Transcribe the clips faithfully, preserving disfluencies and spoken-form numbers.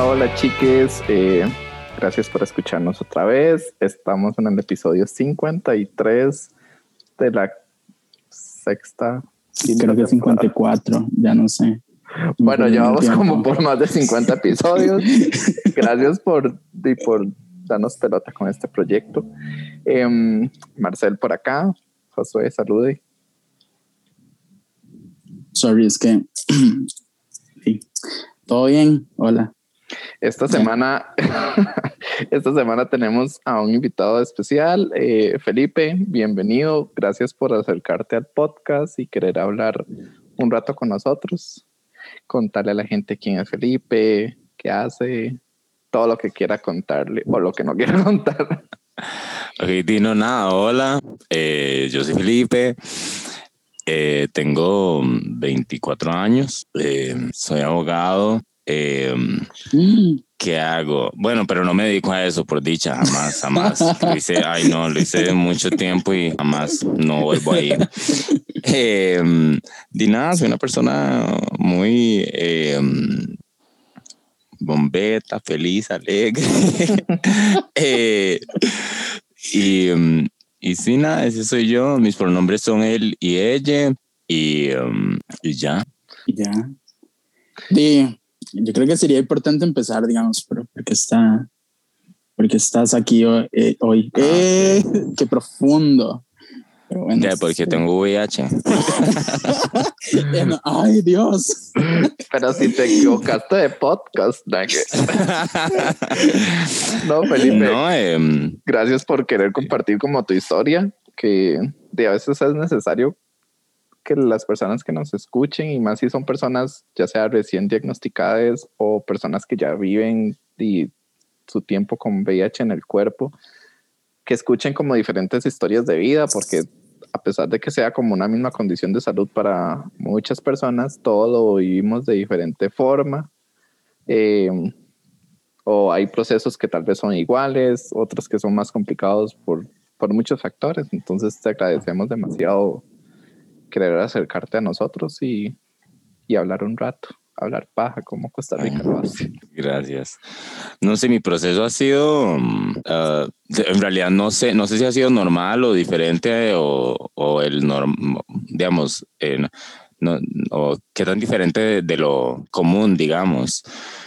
hola chiques, eh, gracias por escucharnos otra vez. Estamos en el episodio cincuenta y tres de la sexta. Creo que cincuenta y cuatro, ya no sé. Bueno, llevamos como por más de cincuenta episodios. Gracias por, y por darnos pelota con este proyecto. Eh, Marcel por acá. Josué, salude. Sorry, es que... sí. ¿Todo bien? Hola. Esta semana, esta semana tenemos a un invitado especial, eh, Felipe, bienvenido, gracias por acercarte al podcast y querer hablar un rato con nosotros, contarle a la gente quién es Felipe, qué hace, todo lo que quiera contarle o lo que no quiera contar. Ok, Dino, nada, hola, eh, yo soy Felipe, eh, tengo veinticuatro años, eh, soy abogado. Eh, ¿Qué hago? Bueno, pero no me dedico a eso, por dicha, jamás, jamás. Lo hice, ay no, lo hice mucho tiempo y jamás no vuelvo ahí. Eh, de nada, soy una persona muy eh, bombeta, feliz, alegre. eh, y, y sí, nada, ese soy yo. Mis pronombres son él y ella. Y, um, y ya. Y ya. Sí. Yo creo que sería importante empezar, digamos, pero porque está, porque estás aquí hoy. Eh, hoy. Ah, eh, sí. Qué profundo. Pero bueno, ya, porque sí. Tengo V I H. Ay, Dios. Pero si te equivocaste de podcast, ¿no? No, Felipe. No, eh, gracias por querer compartir como tu historia, que de a veces es necesario que las personas que nos escuchen, y más si son personas ya sea recién diagnosticadas o personas que ya viven y su tiempo con V I H en el cuerpo, que escuchen como diferentes historias de vida, porque a pesar de que sea como una misma condición de salud para muchas personas, todo lo vivimos de diferente forma, eh, o hay procesos que tal vez son iguales, otros que son más complicados por, por muchos factores. Entonces te agradecemos demasiado querer acercarte a nosotros y, y hablar un rato, hablar paja como Costa Rica lo hace. Gracias. No sé, mi proceso ha sido, uh, en realidad no sé, no sé si ha sido normal o diferente o, o el norm, digamos, eh, no, o qué tan diferente de, de lo común, digamos.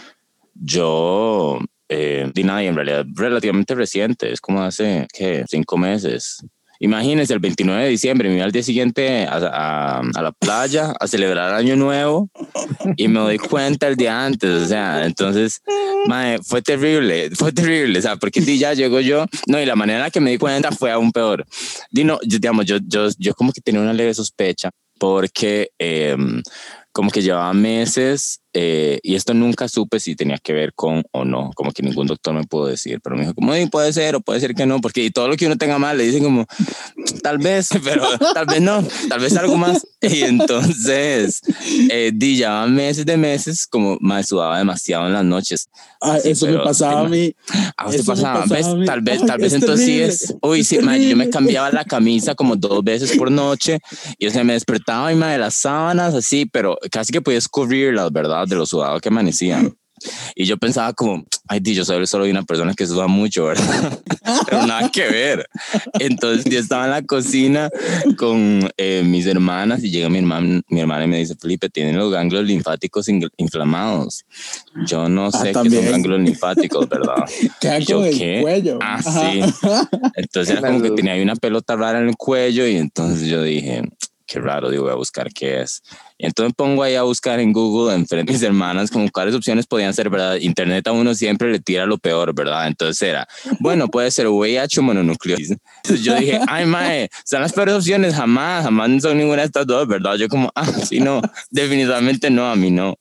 Yo, eh, di nada, en realidad relativamente reciente, es como hace, ¿qué? Cinco meses. Imagínense, el veintinueve de diciembre me iba al día siguiente a, a, a la playa a celebrar Año Nuevo y me doy cuenta el día antes, o sea, entonces, mae, fue terrible, fue terrible, o sea, porque sí, ya llego yo, no, y la manera en la que me di cuenta fue aún peor. Di, no, yo, digamos, yo, yo, yo como que tenía una leve sospecha porque eh, como que llevaba meses eh, y esto nunca supe si tenía que ver con o no, como que ningún doctor me pudo decir, pero me dijo como puede ser o puede ser que no, porque todo lo que uno tenga mal le dicen como tal vez, pero tal vez no, tal vez algo más. Y entonces eh, di, llevaba meses de meses como me sudaba demasiado en las noches. Ah, así, eso pero, me pasaba a mí. ¿A vos te pasaba? ¿Ves? A tal vez, Ay, tal vez entonces sí es. Uy, es sí, madre, yo me cambiaba la camisa como dos veces por noche y o sea, me despertaba y de las sábanas así, pero casi que podía escurrirlas, ¿verdad? De lo sudado que amanecía. Y yo pensaba como, ay, yo solo soy una persona que suda mucho, ¿verdad? Pero nada que ver. Entonces yo estaba en la cocina con eh, mis hermanas y llega mi hermana, mi hermana y me dice, Felipe, tienen los ganglios linfáticos inflamados. Yo no sé ah, qué son ganglios linfáticos, ¿verdad? ¿Qué? Y yo, el ¿qué? Cuello. Ah, sí. Entonces era como que tenía una pelota rara en el cuello y entonces yo dije, qué raro, digo, voy a buscar qué es. Y entonces pongo ahí a buscar en Google, enfrente de mis hermanas, como cuáles opciones podían ser, ¿verdad? Internet a uno siempre le tira lo peor, ¿verdad? Entonces era, bueno, puede ser V I H o mononucleosis. Entonces yo dije, ay, mae, son las peores opciones, jamás, jamás no son ninguna de estas dos, ¿verdad? Yo como, ah, sí, no, definitivamente no, a mí no.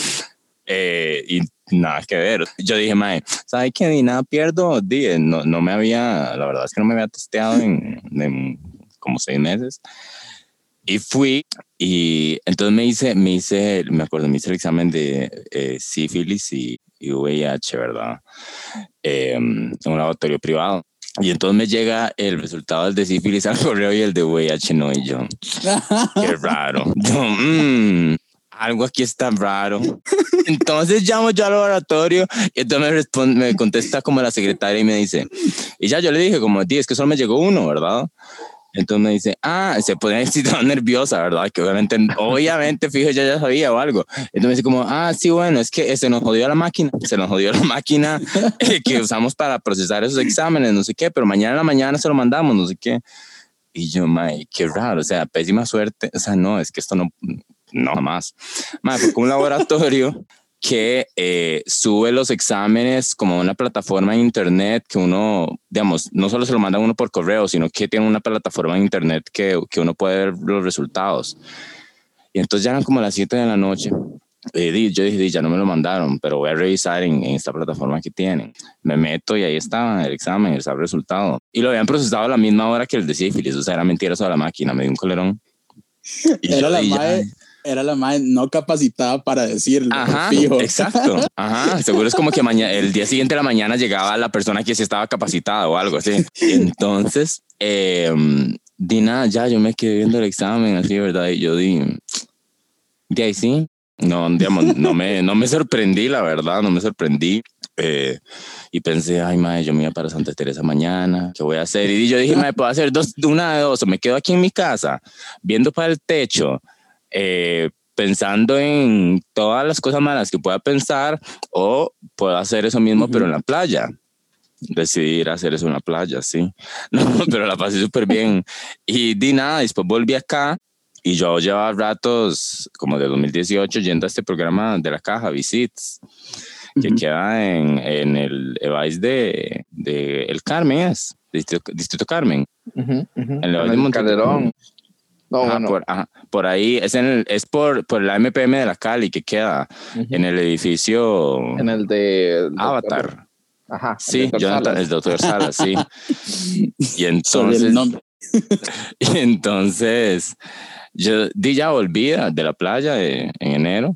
Eh, y nada que ver. Yo dije, mae, ¿sabes qué? Ni nada pierdo. Dije, no, no me había, la verdad es que no me había testeado en, en como seis meses. Y fui y entonces me hice, me hice, me acuerdo, me hice el examen de eh, sífilis y, y V I H, ¿verdad? Eh, en un laboratorio privado. Y entonces me llega el resultado del de sífilis al correo y el de V I H no, y yo, qué raro. Yo, mmm, algo aquí está raro. Entonces llamo yo al laboratorio y entonces me, responde, me contesta como la secretaria y me dice, y ya yo le dije como, es que solo me llegó uno, ¿verdad? Entonces me dice, ah, se pone así tan nerviosa, ¿verdad? Que obviamente, obviamente, fijo, ya ya sabía o algo. Entonces me dice como, ah, sí, bueno, es que se nos jodió la máquina, se nos jodió la máquina eh, que usamos para procesar esos exámenes, no sé qué, pero mañana en la mañana se lo mandamos, no sé qué. Y yo, mae, qué raro, o sea, pésima suerte, o sea, no, es que esto no, no más. Mae, fue como un laboratorio que eh, sube los exámenes como una plataforma en internet que uno, digamos, no solo se lo manda uno por correo, sino que tiene una plataforma en internet que, que uno puede ver los resultados. Y entonces ya eran como las siete de la noche. Y yo dije, ya no me lo mandaron, pero voy a revisar en, en esta plataforma que tienen. Me meto y ahí estaba el examen, estaba el resultado. Y lo habían procesado a la misma hora que el de sífilis, o sea, era mentira sobre la máquina, me dio un colerón. Y era la mae... Era la madre no capacitada para decirlo. Ajá, fijo. exacto. Ajá, seguro es como que mañana, el día siguiente de la mañana llegaba la persona que sí estaba capacitada o algo así. Entonces, eh, di nada, ya yo me quedé viendo el examen así, ¿verdad? Y yo di, de ahí sí, no, digamos, no me, no me sorprendí, la verdad, no me sorprendí. Eh, y pensé, ay, madre, yo me iba para Santa Teresa mañana, ¿qué voy a hacer? Y yo dije, madre, puedo hacer dos, una de dos, o me quedo aquí en mi casa viendo para el techo, Eh, pensando en todas las cosas malas que pueda pensar, o puedo hacer eso mismo, uh-huh. pero en la playa. Decidí ir a hacer eso en la playa, sí. No, pero la pasé súper bien. Y di nada, después volví acá y yo llevaba ratos, como de dos mil dieciocho, yendo a este programa de la caja, Visits, que uh-huh. queda en, en el Evais de, de El Carmen, es, Distrito, Distrito Carmen. Uh-huh, uh-huh. En el Evais de Monte Calderón. No, ajá, bueno. por, ajá, por ahí, es, en el, es por, por la M P M de la Cali que queda uh-huh. en el edificio en el de el Avatar. Doctor, ajá, sí, el Jonathan, el doctor Salas, sí. Y entonces, y entonces, yo di ya volví de la playa de, en enero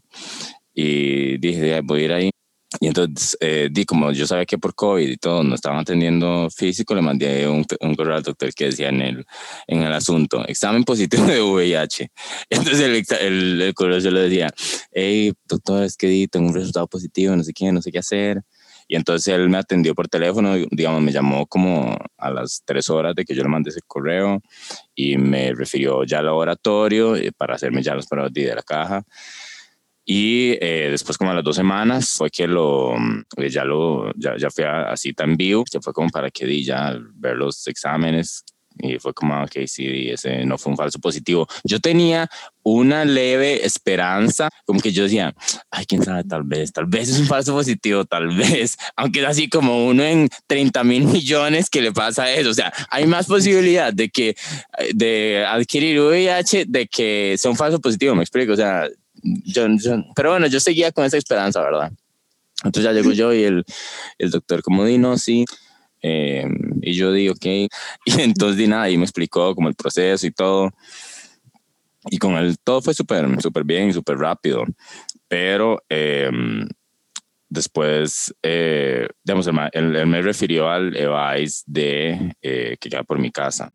y dije, voy a ir ahí. Y entonces, eh, di como yo sabía que por COVID y todo no estaban atendiendo físico, le mandé un, un correo al doctor que decía en el, en el asunto, examen positivo de V I H. Entonces el, el, el correo yo le decía, hey, doctor, es que di, tengo un resultado positivo, no sé qué, no sé qué hacer. Y entonces él me atendió por teléfono, digamos, me llamó como a las tres horas de que yo le mandé ese correo y me refirió ya al laboratorio para hacerme ya los pruebas de la caja. Y eh, después como a las dos semanas fue que lo, ya, lo, ya, ya fui a, a cita en vivo, se fue como para que di ya ver los exámenes y fue como, ok, sí, ese no fue un falso positivo. Yo tenía una leve esperanza, como que yo decía, ay, quién sabe, tal vez, tal vez es un falso positivo, tal vez, aunque es así como uno en treinta mil millones que le pasa eso, o sea, hay más posibilidad de que, de adquirir V I H, de que sea un falso positivo, me explico, o sea, Yo, yo, pero bueno, yo seguía con esa esperanza, ¿verdad? Entonces ya llegó yo y el, el doctor como di, no, sí, eh, y yo di, ok, y entonces di nada, y me explicó como el proceso y todo, y con él todo fue súper, súper bien, súper rápido, pero eh, después, eh, digamos, él, él, él me refirió al Evais de, eh, que queda por mi casa,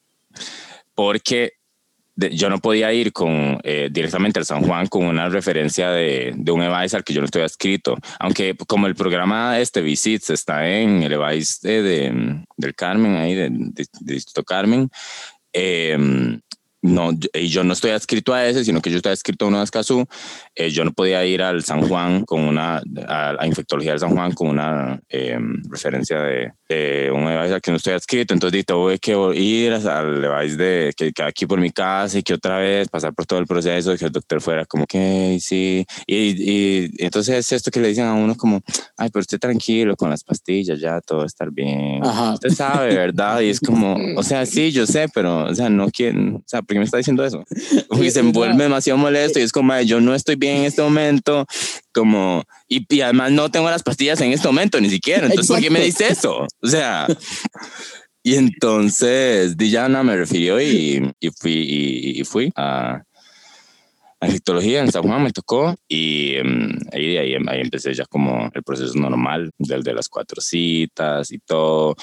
porque De, yo no podía ir con, eh, directamente al San Juan con una referencia de, de un Evais al que yo no estoy adscrito. Aunque como el programa este Visits está en el Evais de, de, del Carmen, ahí de, de, de Distrito Carmen, eh, no, y yo no estoy adscrito a ese, sino que yo estoy adscrito a uno de Escazú. Eh, yo no podía ir al San Juan con una, a la infectología del San Juan con una eh, referencia de, de un Evais al que no estoy adscrito. Entonces tuve que ir al Evais de que queda aquí por mi casa y que otra vez pasar por todo el proceso y que el doctor fuera como que sí. Y, y, y entonces es esto que le dicen a uno como, ay, pero usted tranquilo con las pastillas, ya todo va a estar bien. Ajá. Usted sabe, ¿verdad? Y es como, o sea, sí, yo sé, pero, o sea, no quieren, o sea, ¿por qué me está diciendo eso? Porque se envuelve demasiado molesto y es como, yo no estoy bien en este momento, como, y, y además no tengo las pastillas en este momento, ni siquiera, entonces, exacto. ¿Por qué me dice eso? O sea, y entonces Diana me refirió y, y fui, y, y fui a, a infectología en San Juan, me tocó, y um, ahí, ahí, ahí empecé ya como el proceso normal, del de las cuatro citas y todo.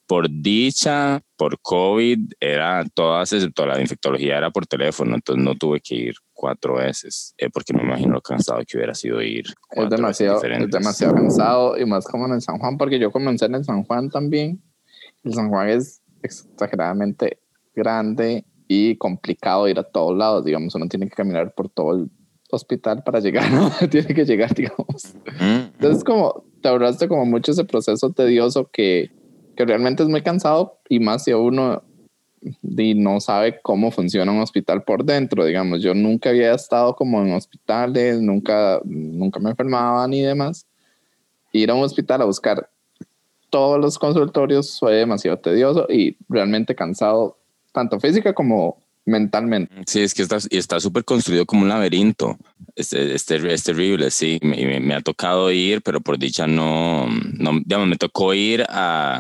por dicha, por COVID, era todas, excepto la infectología, era por teléfono, entonces no tuve que ir cuatro veces, eh, porque no me imagino lo cansado que hubiera sido ir cuatro es demasiado, veces es demasiado cansado, y más como en el San Juan, porque yo comencé en el San Juan también. El San Juan es exageradamente grande y complicado ir a todos lados, digamos, uno tiene que caminar por todo el hospital para llegar, ¿no? Tiene que llegar, digamos. Mm. Entonces, como te ahorraste como mucho ese proceso tedioso que, que realmente es muy cansado, y más si uno y no sabe cómo funciona un hospital por dentro, digamos. Yo nunca había estado como en hospitales, nunca, nunca me enfermaba ni demás. Ir a un hospital a buscar todos los consultorios fue demasiado tedioso y realmente cansado, tanto física como mentalmente. Sí, es que está, y está súper construido como un laberinto. Es, es, es terrible, sí. Me, me, me ha tocado ir, pero por dicha no, no digamos, me tocó ir a,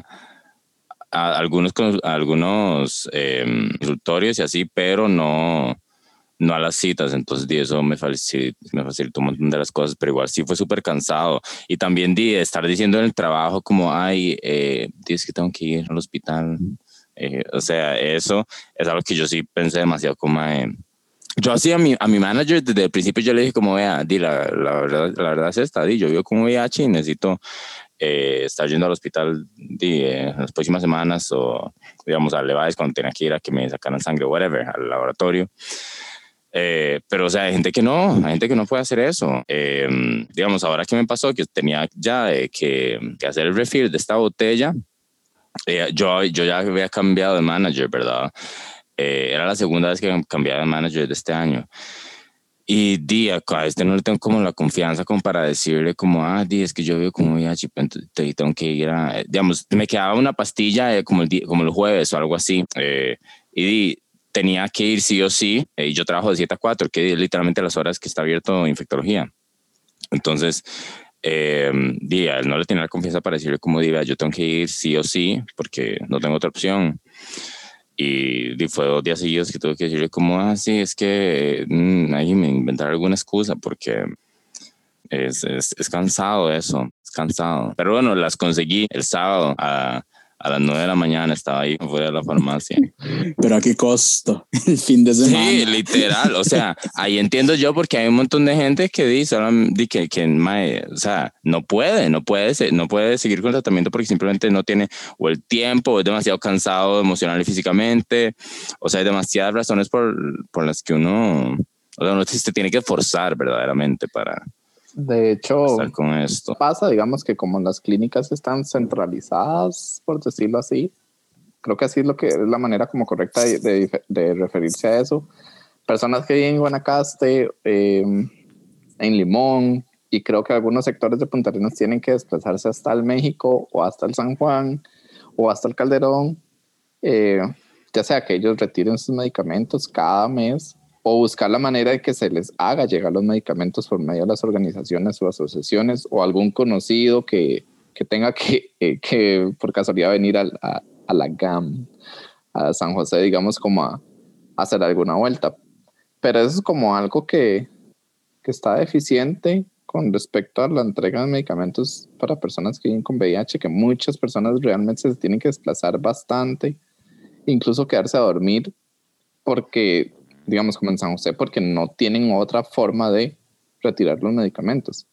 a algunos, a algunos eh, consultorios y así, pero no, no a las citas. Entonces, di, eso me facilitó, me facilitó un montón de las cosas, pero igual sí fue súper cansado. Y también di, estar diciendo en el trabajo como, ay, eh, es que tengo que ir al hospital. Eh, o sea, eso es algo que yo sí pensé demasiado como... Eh, yo así a mi, a mi manager desde el principio yo le dije como, vea, di, la, la, verdad, la verdad es esta, di, yo vivo como V I H y necesito eh, estar yendo al hospital di, eh, en las próximas semanas o, digamos, a Levi's cuando tenga que ir a que me sacaran sangre, whatever, al laboratorio. Eh, pero, o sea, hay gente que no, hay gente que no puede hacer eso. Eh, digamos, ahora que me pasó que tenía ya eh, que, que hacer el refill de esta botella, eh, yo, yo ya había cambiado de manager, ¿verdad? Eh, era la segunda vez que cambiaba de manager de este año. Y di, a este no le tengo como la confianza como para decirle como, ah, di, es que yo veo como V I H, entonces tengo que ir a, digamos, me quedaba una pastilla eh, como, el día, como el jueves o algo así. Eh, y di, tenía que ir sí o sí, y eh, yo trabajo de siete a cuatro, que es literalmente las horas que está abierto infectología. Entonces, eh, di, a él no le tenía la confianza para decirle como, diga, yo tengo que ir sí o sí, porque no tengo otra opción. Y, y fue dos días seguidos que tuve que decirle como, ah, sí, es que mmm, ahí me inventar alguna excusa porque es, es, es cansado eso, es cansado. Pero bueno, las conseguí el sábado a, a las nueve de la mañana, estaba ahí fuera de la farmacia. Pero a qué costo, el fin de semana. Sí, literal, o sea, ahí entiendo yo porque hay un montón de gente que dice que, que mae, o sea, no puede, no puede, no puede seguir con el tratamiento porque simplemente no tiene o el tiempo, o es demasiado cansado emocional y físicamente, o sea, hay demasiadas razones por, por las que uno, o sea, uno se tiene que esforzar verdaderamente para... De hecho, estar con esto. Pasa, digamos que como las clínicas están centralizadas, por decirlo así, creo que así es lo que es la manera como correcta de, de, de referirse a eso. Personas que viven en Guanacaste, eh, en Limón, y creo que algunos sectores de Punta Arenas tienen que desplazarse hasta el México o hasta el San Juan o hasta el Calderón, eh, ya sea que ellos retiren sus medicamentos cada mes o buscar la manera de que se les haga llegar los medicamentos por medio de las organizaciones o asociaciones o algún conocido que, que tenga que, eh, que por casualidad venir a, a, a la G A M, a San José, digamos, como a, a hacer alguna vuelta. Pero eso es como algo que, que está deficiente con respecto a la entrega de medicamentos para personas que viven con V I H, que muchas personas realmente se tienen que desplazar bastante, incluso quedarse a dormir, porque, digamos, como en San José, porque no tienen otra forma de retirar los medicamentos.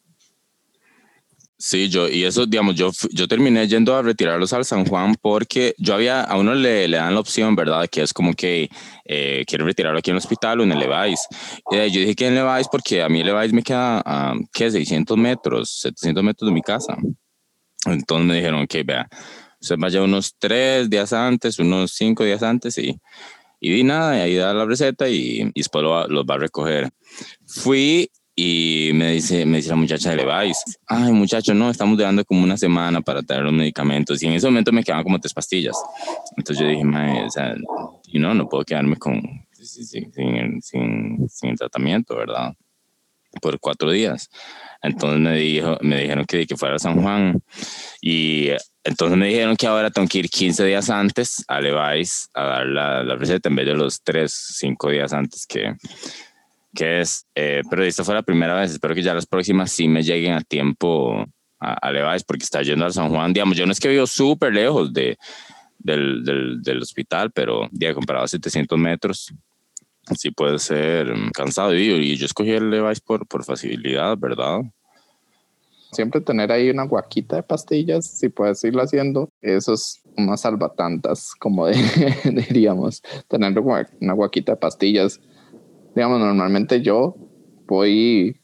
Sí, yo, y eso, digamos, yo, yo terminé yendo a retirarlos al San Juan porque yo había, a uno le, le dan la opción, ¿verdad? Que es como que eh, quiero retirarlo aquí en el hospital o en el Levi's. Eh, yo dije que en el Levi's porque a mí el Levi's me queda, uh, ¿qué? seiscientos metros, setecientos metros de mi casa. Entonces me dijeron, ok, vea, usted vaya unos tres días antes, unos cinco días antes y, y di nada, y ahí da la receta y, y después lo, los va a recoger. Fui y me dice, me dice la muchacha de Levi's, ay muchacho, no, estamos durando como una semana para traer los medicamentos y en ese momento me quedaban como tres pastillas. Entonces yo dije, mae, o sea, you know, no puedo quedarme con, sin, sin, sin, sin el tratamiento, ¿verdad? Por cuatro días. Entonces me, dijo, me dijeron que, que fuera a San Juan y entonces me dijeron que ahora tengo que ir quince días antes a Levi's a dar la, la receta en vez de los tres, cinco días antes que... que es, eh, pero esta fue la primera vez, espero que ya las próximas sí me lleguen a tiempo a, a Levi's porque está yendo al San Juan, digamos, yo no es que vivo súper lejos de, del, del, del hospital, pero ya comparado a setecientos metros, sí puede ser cansado. Y, y yo escogí el Levi's por, por facilidad, ¿verdad? Siempre tener ahí una guaquita de pastillas, si puedes irlo haciendo, eso es una salvatantas, como de, diríamos, tener una guaquita de pastillas. Digamos, normalmente yo voy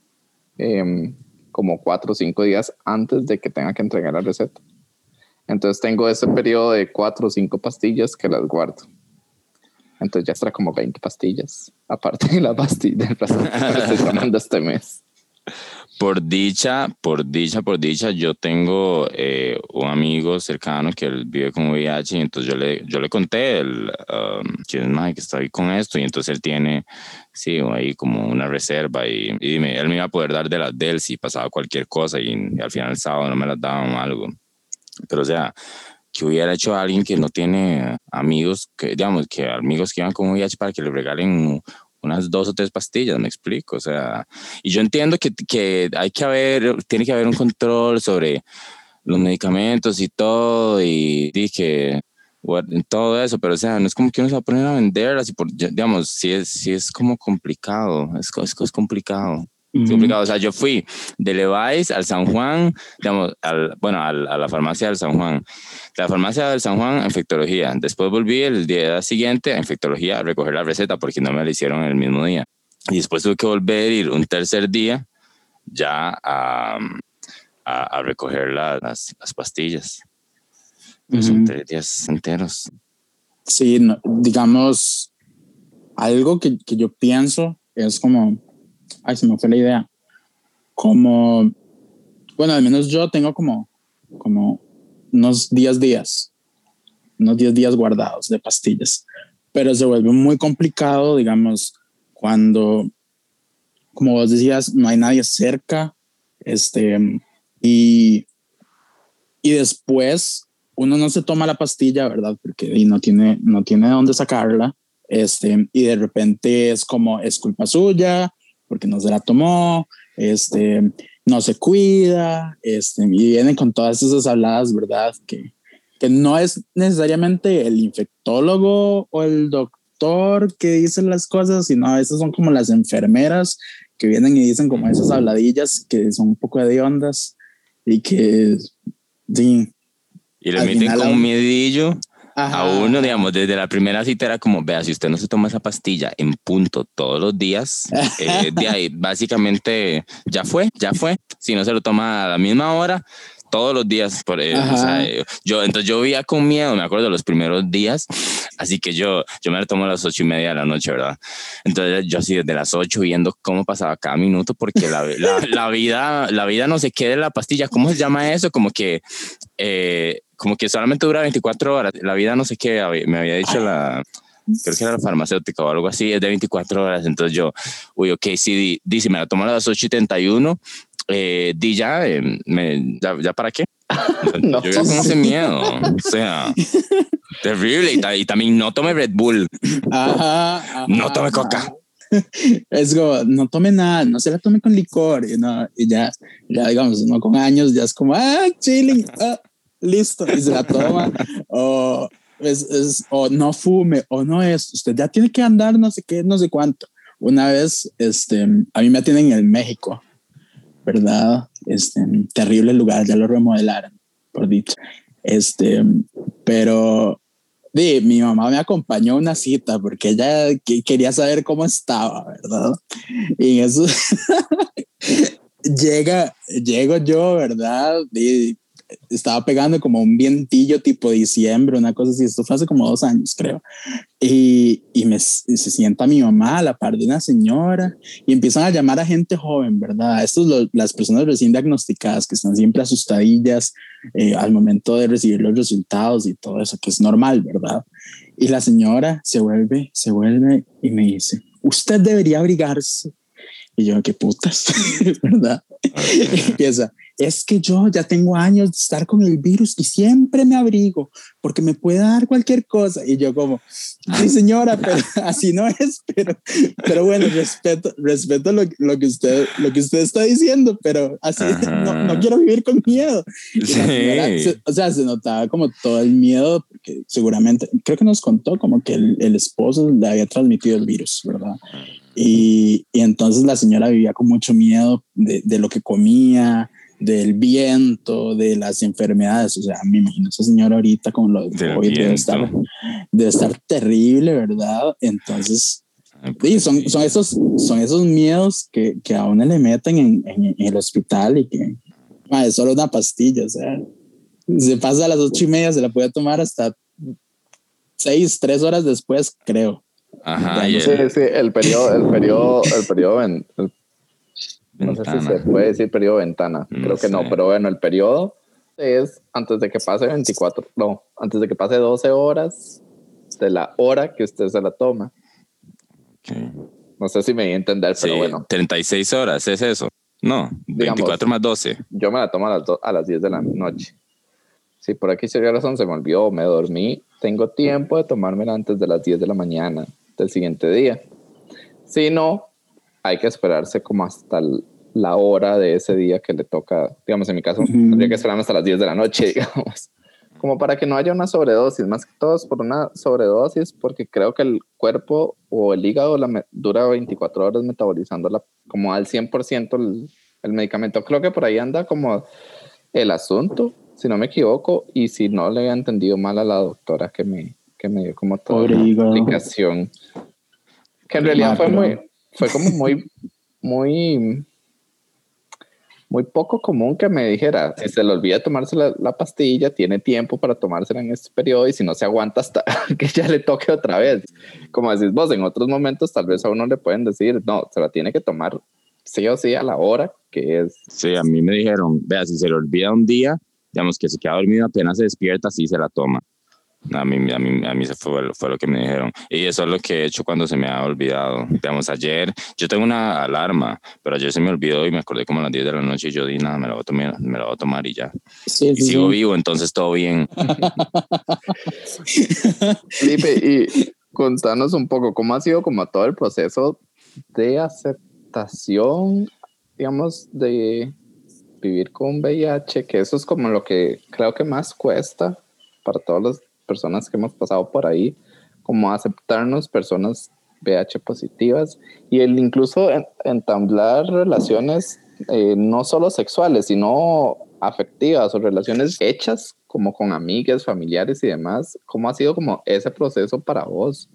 eh, como cuatro o cinco días antes de que tenga que entregar la receta. Entonces tengo ese periodo de cuatro o cinco pastillas que las guardo. Entonces ya extra como veinte pastillas, aparte de la pastilla del placer que me estoy tomando este mes. Por dicha, por dicha, por dicha, yo tengo eh, un amigo cercano que él vive con V I H y entonces yo le, yo le conté el, um, que es más que está ahí con esto y entonces él tiene, sí, ahí como una reserva y, y dime, él me iba a poder dar de las de él si pasaba cualquier cosa y, y al final el sábado no me las daban o algo. Pero o sea, que hubiera hecho a alguien que no tiene amigos, que digamos, que amigos que iban con V I H para que le regalen unas dos o tres pastillas, me explico, o sea, y yo entiendo que, que hay que haber, tiene que haber un control sobre los medicamentos y todo, y dije, todo eso, pero o sea, no es como que uno se va a poner a venderlas, y por, digamos, sí es, sí es como complicado, es, es, es complicado. Es complicado, o sea, yo fui de Levi's al San Juan, digamos, al, bueno, al, a la farmacia del San Juan. La farmacia del San Juan, infectología. Después volví el día siguiente a infectología a recoger la receta porque no me la hicieron el mismo día. Y después tuve que volver a ir un tercer día ya a, a, a recoger la, las, las pastillas. Uh-huh. Son tres días enteros. Sí, no, digamos, algo que, que yo pienso es como... Ay, se me fue la idea. Como, bueno, al menos yo tengo como, como unos diez días, unos diez días guardados de pastillas, pero se vuelve muy complicado, digamos, cuando, como vos decías, no hay nadie cerca, este, y, y después uno no se toma la pastilla, ¿verdad? Porque y no tiene, no tiene de dónde sacarla, este, y de repente es como, es culpa suya, porque no se la tomó, este, no se cuida, este, y vienen con todas esas habladas, ¿verdad? Que, que no es necesariamente el infectólogo o el doctor que dice las cosas, sino a veces son como las enfermeras que vienen y dicen como esas habladillas que son un poco hediondas y que, sí. Y le meten como un miedillo. Ajá, a uno, digamos, desde la primera cita era como, vea, si usted no se toma esa pastilla en punto todos los días, eh, de ahí básicamente ya fue, ya fue. Si no se lo toma a la misma hora, todos los días. Por, eh, o sea, eh, yo, entonces yo vivía con miedo, me acuerdo de los primeros días, así que yo, yo me lo tomo a las ocho y media de la noche, ¿verdad? Entonces yo así desde las ocho viendo cómo pasaba cada minuto, porque la, la, la vida, la vida no se queda en la pastilla. ¿Cómo se llama eso? Como que... Eh, como que solamente dura veinticuatro horas. La vida no sé qué, me había dicho la, creo que era la farmacéutica o algo así, es de veinticuatro horas. Entonces yo, uy, ok, sí, di, si me la tomo a las ocho y treinta y uno, eh, di ya, eh, me, ya, ya, ¿para qué? No, yo con ese miedo, o sea, terrible. Y, y también no tome Red Bull, ajá, ajá, no tome Coca. Es como, no tome nada, no se la tome con licor, y, no, y ya, ya digamos, no con años, ya es como, ah, chilling, ah, listo, y se la toma, o, es, es, o no fume, o no es, usted ya tiene que andar no sé qué, no sé cuánto. Una vez, este, a mí me atienden en México, ¿verdad? Este, terrible lugar, ya lo remodelaron, por dicho, este, pero... Sí, mi mamá me acompañó a una cita porque ella quería saber cómo estaba, ¿verdad? Y eso llega, llego yo, ¿verdad? Y estaba pegando como un vientillo tipo diciembre, una cosa así. Esto fue hace como dos años, creo. Y, y, me, y se sienta mi mamá a la par de una señora y empiezan a llamar a gente joven, ¿verdad? Estos lo, las personas recién diagnosticadas que están siempre asustadillas eh, al momento de recibir los resultados y todo eso, que es normal, ¿verdad? Y la señora se vuelve, se vuelve y me dice, usted debería abrigarse. Y yo, qué putas, ¿verdad? Y empieza, es que yo ya tengo años de estar con el virus y siempre me abrigo porque me puede dar cualquier cosa. Y yo como, sí señora, pero así no es, pero, pero bueno, respeto, respeto lo, lo, que usted, lo que usted está diciendo, pero así no, no quiero vivir con miedo. Y sí. la señora, se, o sea, se notaba como todo el miedo, porque seguramente, creo que nos contó como que el, el esposo le había transmitido el virus, ¿verdad? Y, y entonces la señora vivía con mucho miedo de, de lo que comía, del viento, de las enfermedades. O sea, me imagino esa señora ahorita con lo de COVID debe estar, debe estar terrible, ¿verdad? Entonces, sí, son, son, esos, son esos miedos que, que a uno le meten en, en, en el hospital y que ah, es solo una pastilla. O sea, se pasa a las ocho y media, se la puede tomar hasta seis, tres horas después, creo. Ajá, sí, el... sí, el periodo, el periodo, el periodo, en, el, no ventana. sé si se puede decir periodo ventana, no creo que sé. no, pero bueno, el periodo es antes de que pase veinticuatro, no, antes de que pase doce horas de la hora que usted se la toma. Okay. No sé si me voy a entender, sí, pero bueno. treinta y seis horas, ¿es eso? No, digamos, veinticuatro más doce. Yo me la tomo a las, do, a las diez de la noche. Si por aquí se razón se me olvidó, me dormí, tengo tiempo de tomármela antes de las diez de la mañana del siguiente día. Si no, hay que esperarse como hasta la hora de ese día que le toca, digamos, en mi caso, uh-huh. tendría que esperarme hasta las diez de la noche, digamos, como para que no haya una sobredosis, más que todo es por una sobredosis, porque creo que el cuerpo o el hígado la dura veinticuatro horas metabolizándola como al cien por ciento el, el medicamento. Creo que por ahí anda como el asunto, si no me equivoco, y si no le he entendido mal a la doctora que me, que me dio como toda la explicación, que en realidad ah, fue pero... muy, fue como muy, muy, muy poco común que me dijera, si se le olvida tomarse la, la pastilla, tiene tiempo para tomársela en este periodo y si no se aguanta hasta que ya le toque otra vez. Como decís vos, en otros momentos tal vez a uno le pueden decir, no, se la tiene que tomar sí o sí a la hora que es. Sí, a mí me dijeron, vea, si se le olvida un día, digamos que se queda dormido, apenas se despierta, sí se la toma. A mí, a mí, a mí se fue, fue lo que me dijeron. Y eso es lo que he hecho cuando se me ha olvidado. Digamos, ayer, yo tengo una alarma, pero ayer se me olvidó y me acordé como a las diez de la noche y yo di, nada, me la voy a tomar, me la voy a tomar y ya. Sí, y sí, sigo sí. vivo, entonces todo bien. Felipe, y contanos un poco, ¿cómo ha sido como todo el proceso de aceptación, digamos, de vivir con V I H? Que eso es como lo que creo que más cuesta para todas las personas que hemos pasado por ahí, como aceptarnos personas V I H positivas y el incluso en, entablar relaciones eh, no solo sexuales, sino afectivas o relaciones hechas como con amigas, familiares y demás. ¿Cómo ha sido como ese proceso para vos?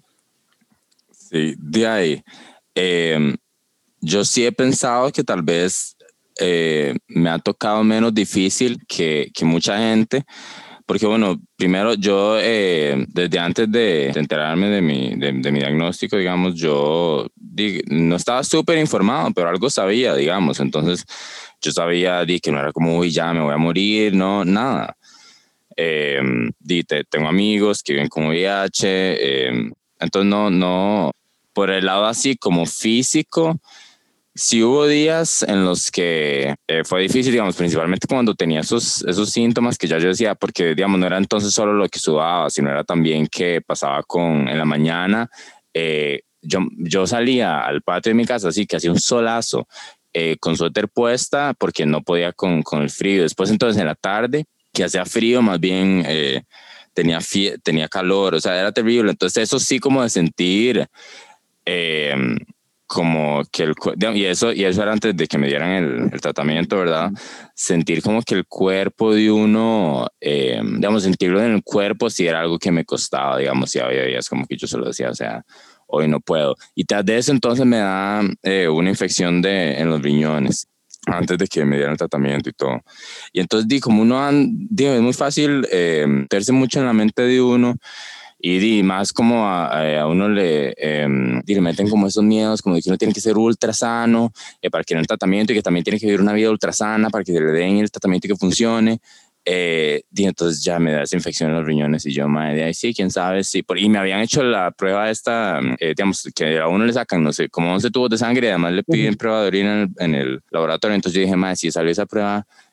Sí, de ahí. Eh, yo sí he pensado que tal vez eh, me ha tocado menos difícil que, que mucha gente. Porque bueno, primero yo eh, desde antes de, de enterarme de mi, de, de mi diagnóstico, digamos, yo di, no estaba súper informado, pero algo sabía, digamos. Entonces yo sabía di, que no era como, uy, ya me voy a morir, no, nada. Eh, di, te, tengo amigos que viven con V I H, eh, entonces no, no, por el lado así como físico, sí hubo días en los que eh, fue difícil, digamos, principalmente cuando tenía esos, esos síntomas que ya yo decía, porque, digamos, no era entonces solo lo que sudaba, sino era también que pasaba con, en la mañana, eh, yo, yo salía al patio de mi casa, así que hacía un solazo, eh, con suéter puesta, porque no podía con, con el frío. Después, entonces, en la tarde, que hacía frío, más bien eh, tenía, fie- tenía calor, o sea, era terrible. Entonces, eso sí como de sentir... Eh, como que el y eso y eso era antes de que me dieran el, el tratamiento, ¿verdad? Sentir como que el cuerpo de uno, eh, digamos, sentirlo en el cuerpo sí era algo que me costaba, digamos, si había días como que yo solo decía, o sea, hoy no puedo. Y tras de eso entonces me da eh, una infección de, en los riñones antes de que me dieran el tratamiento y todo. Y entonces di, como uno, digo, es muy fácil eh, meterse mucho en la mente de uno. Y, y más como a, a uno le, eh, le meten como esos miedos, como de que uno tiene que ser ultra sano eh, para que no el tratamiento y que también tiene que vivir una vida ultra sana para que le den el tratamiento y que funcione. Eh, y entonces ya me da esa infección en los riñones y yo, madre, de ahí sí, quién sabe, sí. Por, y me habían hecho la prueba esta, eh, digamos, que a uno le sacan, no sé, como once tubos de sangre y además le piden uh-huh. prueba de orina en el, en el laboratorio. Entonces yo dije, madre, si salió esa prueba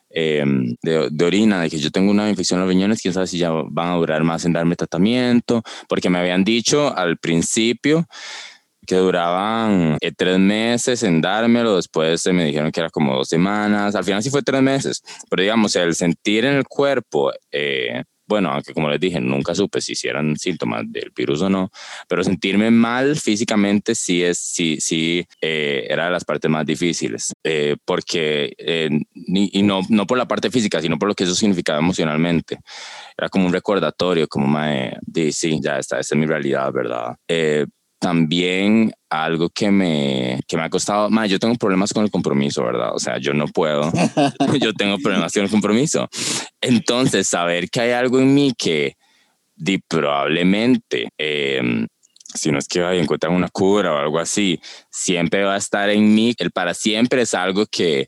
eh, de, de orina, de que yo tengo una infección en los riñones, quién sabe si ya van a durar más en darme tratamiento, porque me habían dicho al principio que duraban eh, tres meses en dármelo, después eh, me dijeron que era como dos semanas, al final sí fue tres meses, pero digamos, el sentir en el cuerpo, eh, bueno, aunque como les dije, nunca supe si eran síntomas del virus o no, pero sentirme mal físicamente sí, es, sí, sí eh, era de las partes más difíciles, eh, porque, eh, ni, y no, no por la parte física, sino por lo que eso significaba emocionalmente. Era como un recordatorio, como, mae, de, sí, ya está, esta es mi realidad, ¿verdad? Eh, También algo que me, que me ha costado, más yo tengo problemas con el compromiso, ¿verdad? O sea, yo no puedo, yo tengo problemas con el compromiso. Entonces, saber que hay algo en mí que di, probablemente, eh, si no es que ay, encuentran una cura o algo así, siempre va a estar en mí. El para siempre es algo que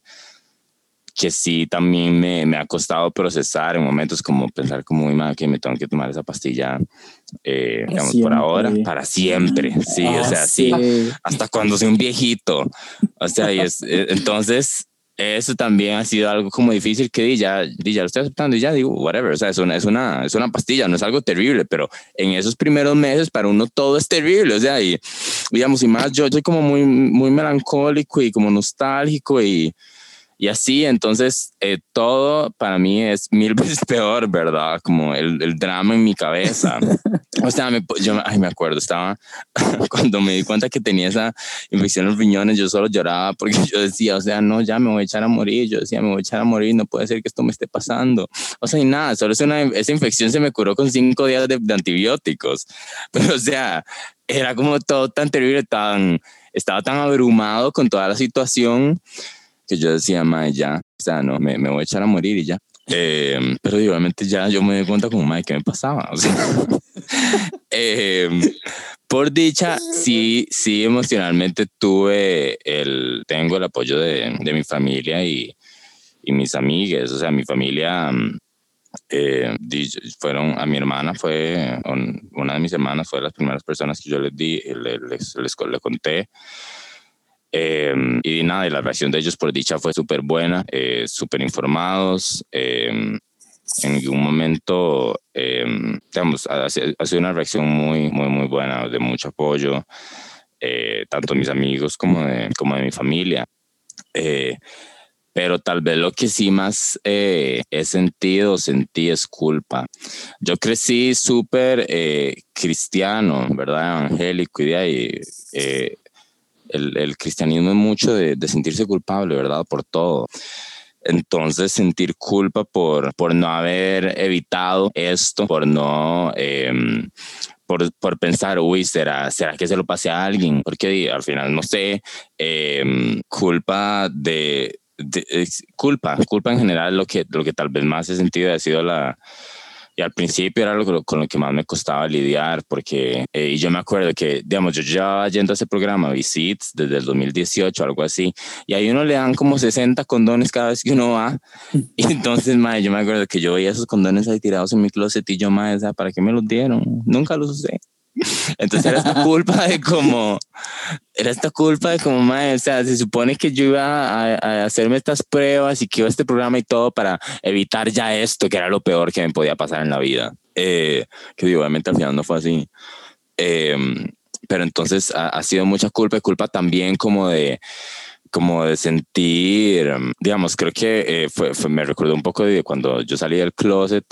que sí también me, me ha costado procesar en momentos como pensar como, uy, que me tengo que tomar esa pastilla, eh, digamos, siempre. por ahora, para siempre, sí, Ah, o sea, sí, sí. hasta cuando soy un viejito, o sea, y es, eh, entonces, eso también ha sido algo como difícil que di, ya, di, ya lo estoy aceptando y ya digo, whatever, o sea, es una, es, una, es una pastilla, no es algo terrible, pero en esos primeros meses para uno todo es terrible, o sea, y digamos, y más yo soy como muy, muy melancólico y como nostálgico y y así, entonces, eh, todo para mí es mil veces peor, ¿verdad? Como el, el drama en mi cabeza. O sea, me, yo ay, me acuerdo, estaba, cuando me di cuenta que tenía esa infección en los riñones, yo solo lloraba porque yo decía, o sea, no, ya me voy a echar a morir. Yo decía, me voy a echar a morir, no puede ser que esto me esté pasando. O sea, y nada, solo es una, esa infección se me curó con cinco días de, de antibióticos. Pero, o sea, era como todo tan terrible, tan, estaba tan abrumado con toda la situación que yo decía, mae, ya, o sea, no, me, me voy a echar a morir y ya. Eh, pero obviamente ya yo me di cuenta como, mae, ¿qué me pasaba? O sea, eh, por dicha, sí, sí, emocionalmente tuve el, tengo el apoyo de, de mi familia y, y mis amigas, o sea, mi familia, eh, fueron, a mi hermana fue, una de mis hermanas fue de las primeras personas que yo les di, les, les, les, les conté. Eh, y nada, y la reacción de ellos por dicha fue súper buena, eh, súper informados. Eh, en ningún momento, eh, digamos, ha, ha sido una reacción muy, muy, muy buena, de mucho apoyo, eh, tanto de mis amigos como de, como de mi familia. Eh, pero tal vez lo que sí más eh, he sentido, sentí es culpa. Yo crecí súper eh, cristiano, ¿verdad? Evangélico y de ahí... Eh, El, el cristianismo es mucho de, de sentirse culpable, ¿verdad? Por todo. Entonces, sentir culpa por, por no haber evitado esto, por no, eh, por, por pensar, uy, ¿será, ¿será que se lo pasé a alguien? Porque al final, no sé, eh, culpa de, de, de, culpa, culpa en general, lo que, lo que tal vez más he sentido ha sido la... Y al principio era lo, con lo que más me costaba lidiar, porque eh, y yo me acuerdo que, digamos, yo ya yendo a ese programa, Visits, desde el dos mil dieciocho, algo así, y ahí uno le dan como sesenta condones cada vez que uno va. Y entonces, madre, yo me acuerdo que yo veía esos condones ahí tirados en mi closet y yo, madre, ¿para qué me los dieron? Nunca los usé. Entonces era esta culpa de como, era esta culpa de como, madre, o sea, se supone que yo iba a, a hacerme estas pruebas y que iba a este programa y todo para evitar ya esto, que era lo peor que me podía pasar en la vida. Eh, que digo, obviamente al final no fue así. Eh, pero entonces ha, ha sido mucha culpa y culpa también como de, como de sentir, digamos, creo que eh, fue, fue, me recordó un poco de cuando yo salí del closet,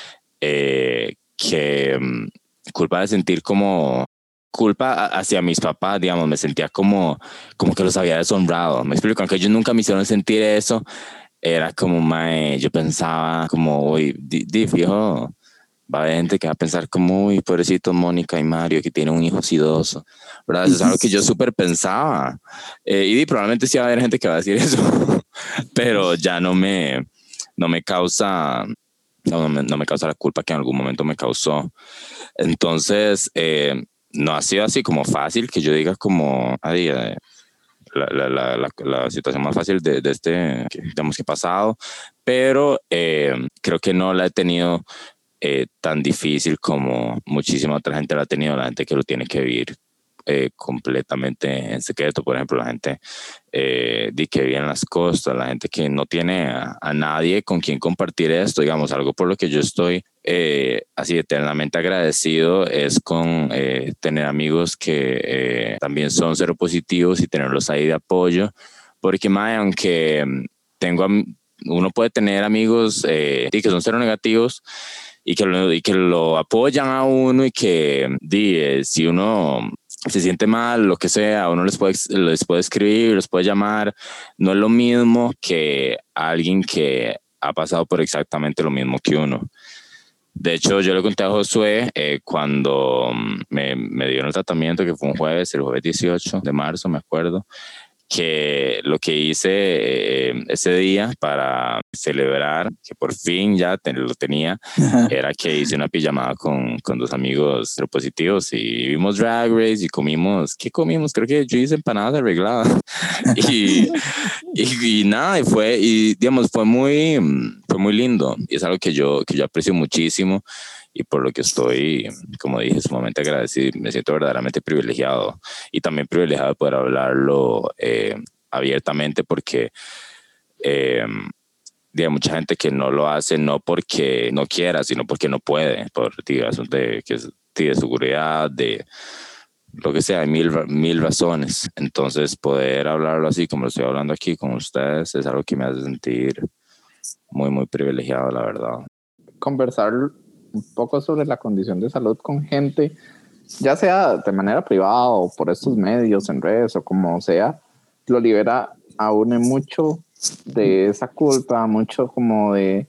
eh, que culpa de sentir como culpa hacia mis papás, digamos, me sentía como, como que los había deshonrado. Me explico, aunque ellos nunca me hicieron sentir eso, era como, mae, yo pensaba como, uy, di, di, fijo, va a haber gente que va a pensar como, uy, pobrecito Mónica y Mario, que tienen un hijo sidoso, ¿verdad? Eso es algo que yo súper pensaba. Eh, y di, probablemente sí va a haber gente que va a decir eso, pero ya no me, no me causa... No, no, me, no me causa la culpa que en algún momento me causó. Entonces, eh, no ha sido así como fácil que yo diga como, ay, eh, la, la, la, la, la situación más fácil de, de este, que, digamos, que he pasado, pero eh, creo que no la he tenido eh, tan difícil como muchísima otra gente la ha tenido, la gente que lo tiene que vivir eh, completamente en secreto. Por ejemplo, la gente eh, que vive en las costas, la gente que no tiene a, a nadie con quien compartir esto, digamos, algo por lo que yo estoy eh, así eternamente agradecido es con eh, tener amigos que eh, también son seropositivos y tenerlos ahí de apoyo, porque mae, aunque tengo, uno puede tener amigos eh, que son seronegativos y que, lo, y que lo apoyan a uno y que di, eh, si uno se siente mal, lo que sea, uno les puede, les puede escribir, les puede llamar, no es lo mismo que alguien que ha pasado por exactamente lo mismo que uno. De hecho, yo le conté a Josué eh, cuando me, me dieron el tratamiento, que fue un jueves, el jueves dieciocho de marzo, me acuerdo, que lo que hice eh, ese día para celebrar que por fin ya te, lo tenía, era que hice una pijamada con, con dos amigos seropositivos y vimos Drag Race y comimos, ¿qué comimos? Creo que yo hice empanadas arregladas y, y, y nada, y fue, y digamos, fue muy, fue muy lindo y es algo que yo, que yo aprecio muchísimo y por lo que estoy, como dije, sumamente agradecido. Me siento verdaderamente privilegiado y también privilegiado de poder hablarlo eh, abiertamente porque eh, hay mucha gente que no lo hace no porque no quiera, sino porque no puede, por asuntos de, de seguridad, de lo que sea, hay mil, mil razones. Entonces poder hablarlo así como lo estoy hablando aquí con ustedes es algo que me hace sentir muy, muy privilegiado, la verdad. Conversar un poco sobre la condición de salud con gente, ya sea de manera privada o por estos medios, en redes o como sea, lo libera a uno mucho de esa culpa, mucho como de,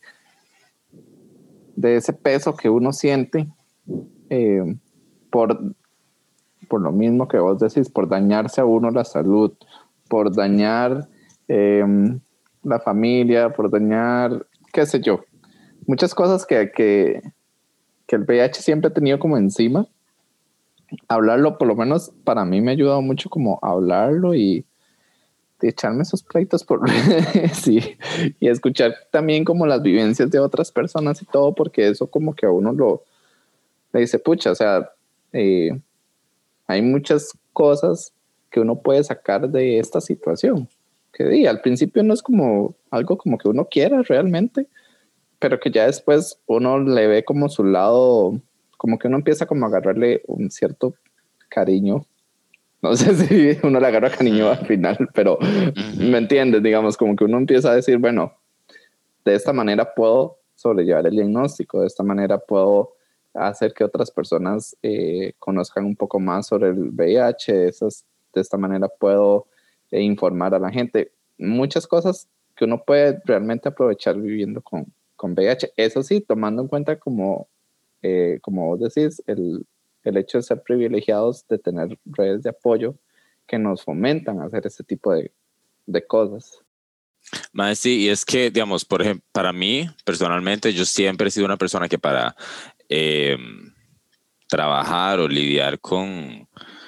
de ese peso que uno siente eh, por, por lo mismo que vos decís, por dañarse a uno la salud, por dañar eh, la familia, por dañar, qué sé yo, muchas cosas que, que, que el V I H siempre ha tenido como encima. Hablarlo, por lo menos para mí me ha ayudado mucho como hablarlo y de echarme esos pleitos por sí, y escuchar también como las vivencias de otras personas y todo, porque eso como que a uno lo le dice, pucha, o sea, eh, hay muchas cosas que uno puede sacar de esta situación, que di, al principio no es como algo como que uno quiera realmente, pero que ya después uno le ve como su lado, como que uno empieza como a agarrarle un cierto cariño. No sé si uno le agarra cariño al final, pero uh-huh. Me entiendes, digamos, como que uno empieza a decir, bueno, de esta manera puedo sobrellevar el diagnóstico, de esta manera puedo hacer que otras personas eh, conozcan un poco más sobre el V I H, de, esas, de esta manera puedo eh, informar a la gente. Muchas cosas que uno puede realmente aprovechar viviendo con, con V I H. Eso sí, tomando en cuenta como, eh, como vos decís, el, el hecho de ser privilegiados, de tener redes de apoyo que nos fomentan a hacer ese tipo de, de cosas. Más sí, y es que, digamos, por ejemplo, para mí, personalmente, yo siempre he sido una persona que para eh, trabajar o lidiar con,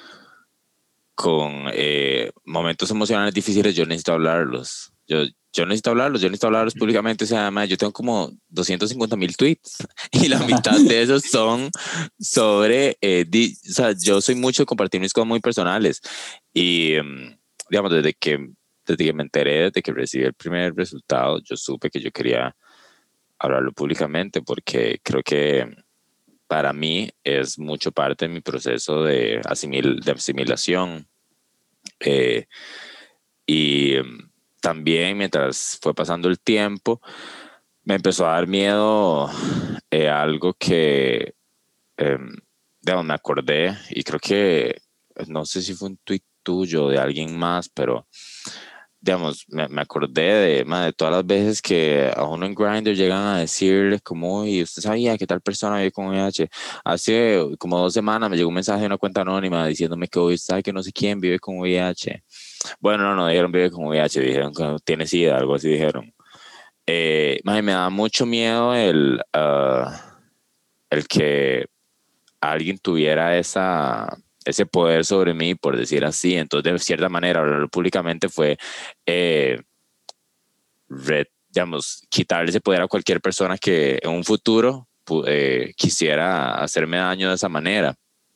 con eh, momentos emocionales difíciles, yo necesito hablarlos. Yo, yo necesito hablarlos, yo necesito hablarlos públicamente. O sea, además, yo tengo como doscientos cincuenta mil tweets y la mitad de esos son sobre, eh, di, o sea, yo soy mucho de compartir mis cosas muy personales y, um, digamos, desde que, desde que me enteré, desde que recibí el primer resultado, yo supe que yo quería hablarlo públicamente porque creo que para mí es mucho parte de mi proceso de, asimil, de asimilación. Eh, y um, también mientras fue pasando el tiempo, me empezó a dar miedo eh, algo que, eh, digamos, me acordé y creo que, no sé si fue un tuit tuyo de alguien más, pero digamos, me, me acordé de, man, de todas las veces que a uno en Grindr llegan a decirle como, y usted sabía que tal persona vive con V I H. Hace como dos semanas me llegó un mensaje de una cuenta anónima diciéndome que hoy sabe que no sé quién vive con V I H. Bueno, no, no dijeron vive con V I H, dijeron que tiene SIDA, algo así dijeron. Eh, man, me da mucho miedo el, uh, el que alguien tuviera esa... ese poder sobre mí, por decir así. Entonces, de cierta manera, hablarlo públicamente fue, eh, red, digamos, quitarle ese poder a cualquier persona que en un futuro eh, quisiera hacerme daño de esa manera.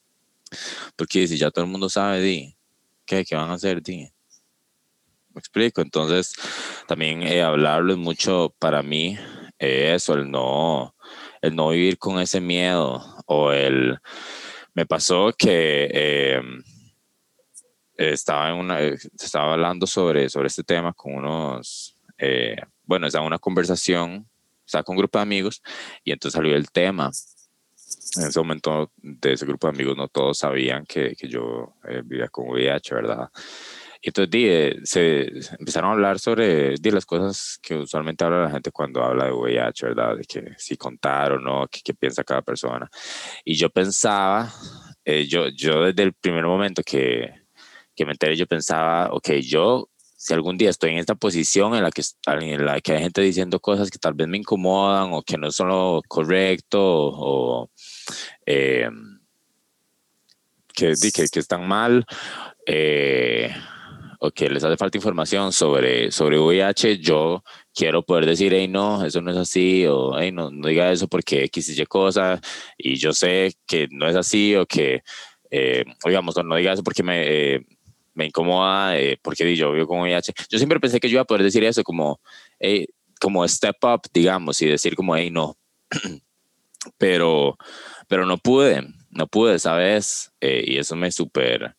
Porque si ya todo el mundo sabe, di, ¿qué, qué van a hacer? Di? Me explico. Entonces, también eh, hablarlo es mucho para mí, eh, eso, el no, el no vivir con ese miedo, o el, me pasó que eh, estaba en una, estaba hablando sobre, sobre este tema con unos, eh, bueno, estaba en una conversación, estaba con un grupo de amigos, y entonces salió el tema. En ese momento de ese grupo de amigos no todos sabían que, que yo eh, vivía con V I H, ¿verdad? Y entonces di, eh, se empezaron a hablar sobre di, las cosas que usualmente habla la gente cuando habla de V I H, ¿verdad? De que si contar o no, qué piensa cada persona. Y yo pensaba, eh, yo, yo desde el primer momento que, que me enteré, yo pensaba, ok, yo si algún día estoy en esta posición en la que, en la que hay gente diciendo cosas que tal vez me incomodan o que no son lo correcto o eh, que, que, que están mal, eh, o que les hace falta información sobre, sobre V I H, yo quiero poder decir, hey, no, eso no es así, o hey, no, no diga eso porque X y Y cosa, y yo sé que no es así, o que, eh, digamos, no diga eso porque me, eh, me incomoda, eh, porque yo vivo con V I H. Yo siempre pensé que yo iba a poder decir eso, como, hey, como step up, digamos, y decir como, hey, no, pero, pero no pude, no pude, ¿sabes? Eh, y eso me súper...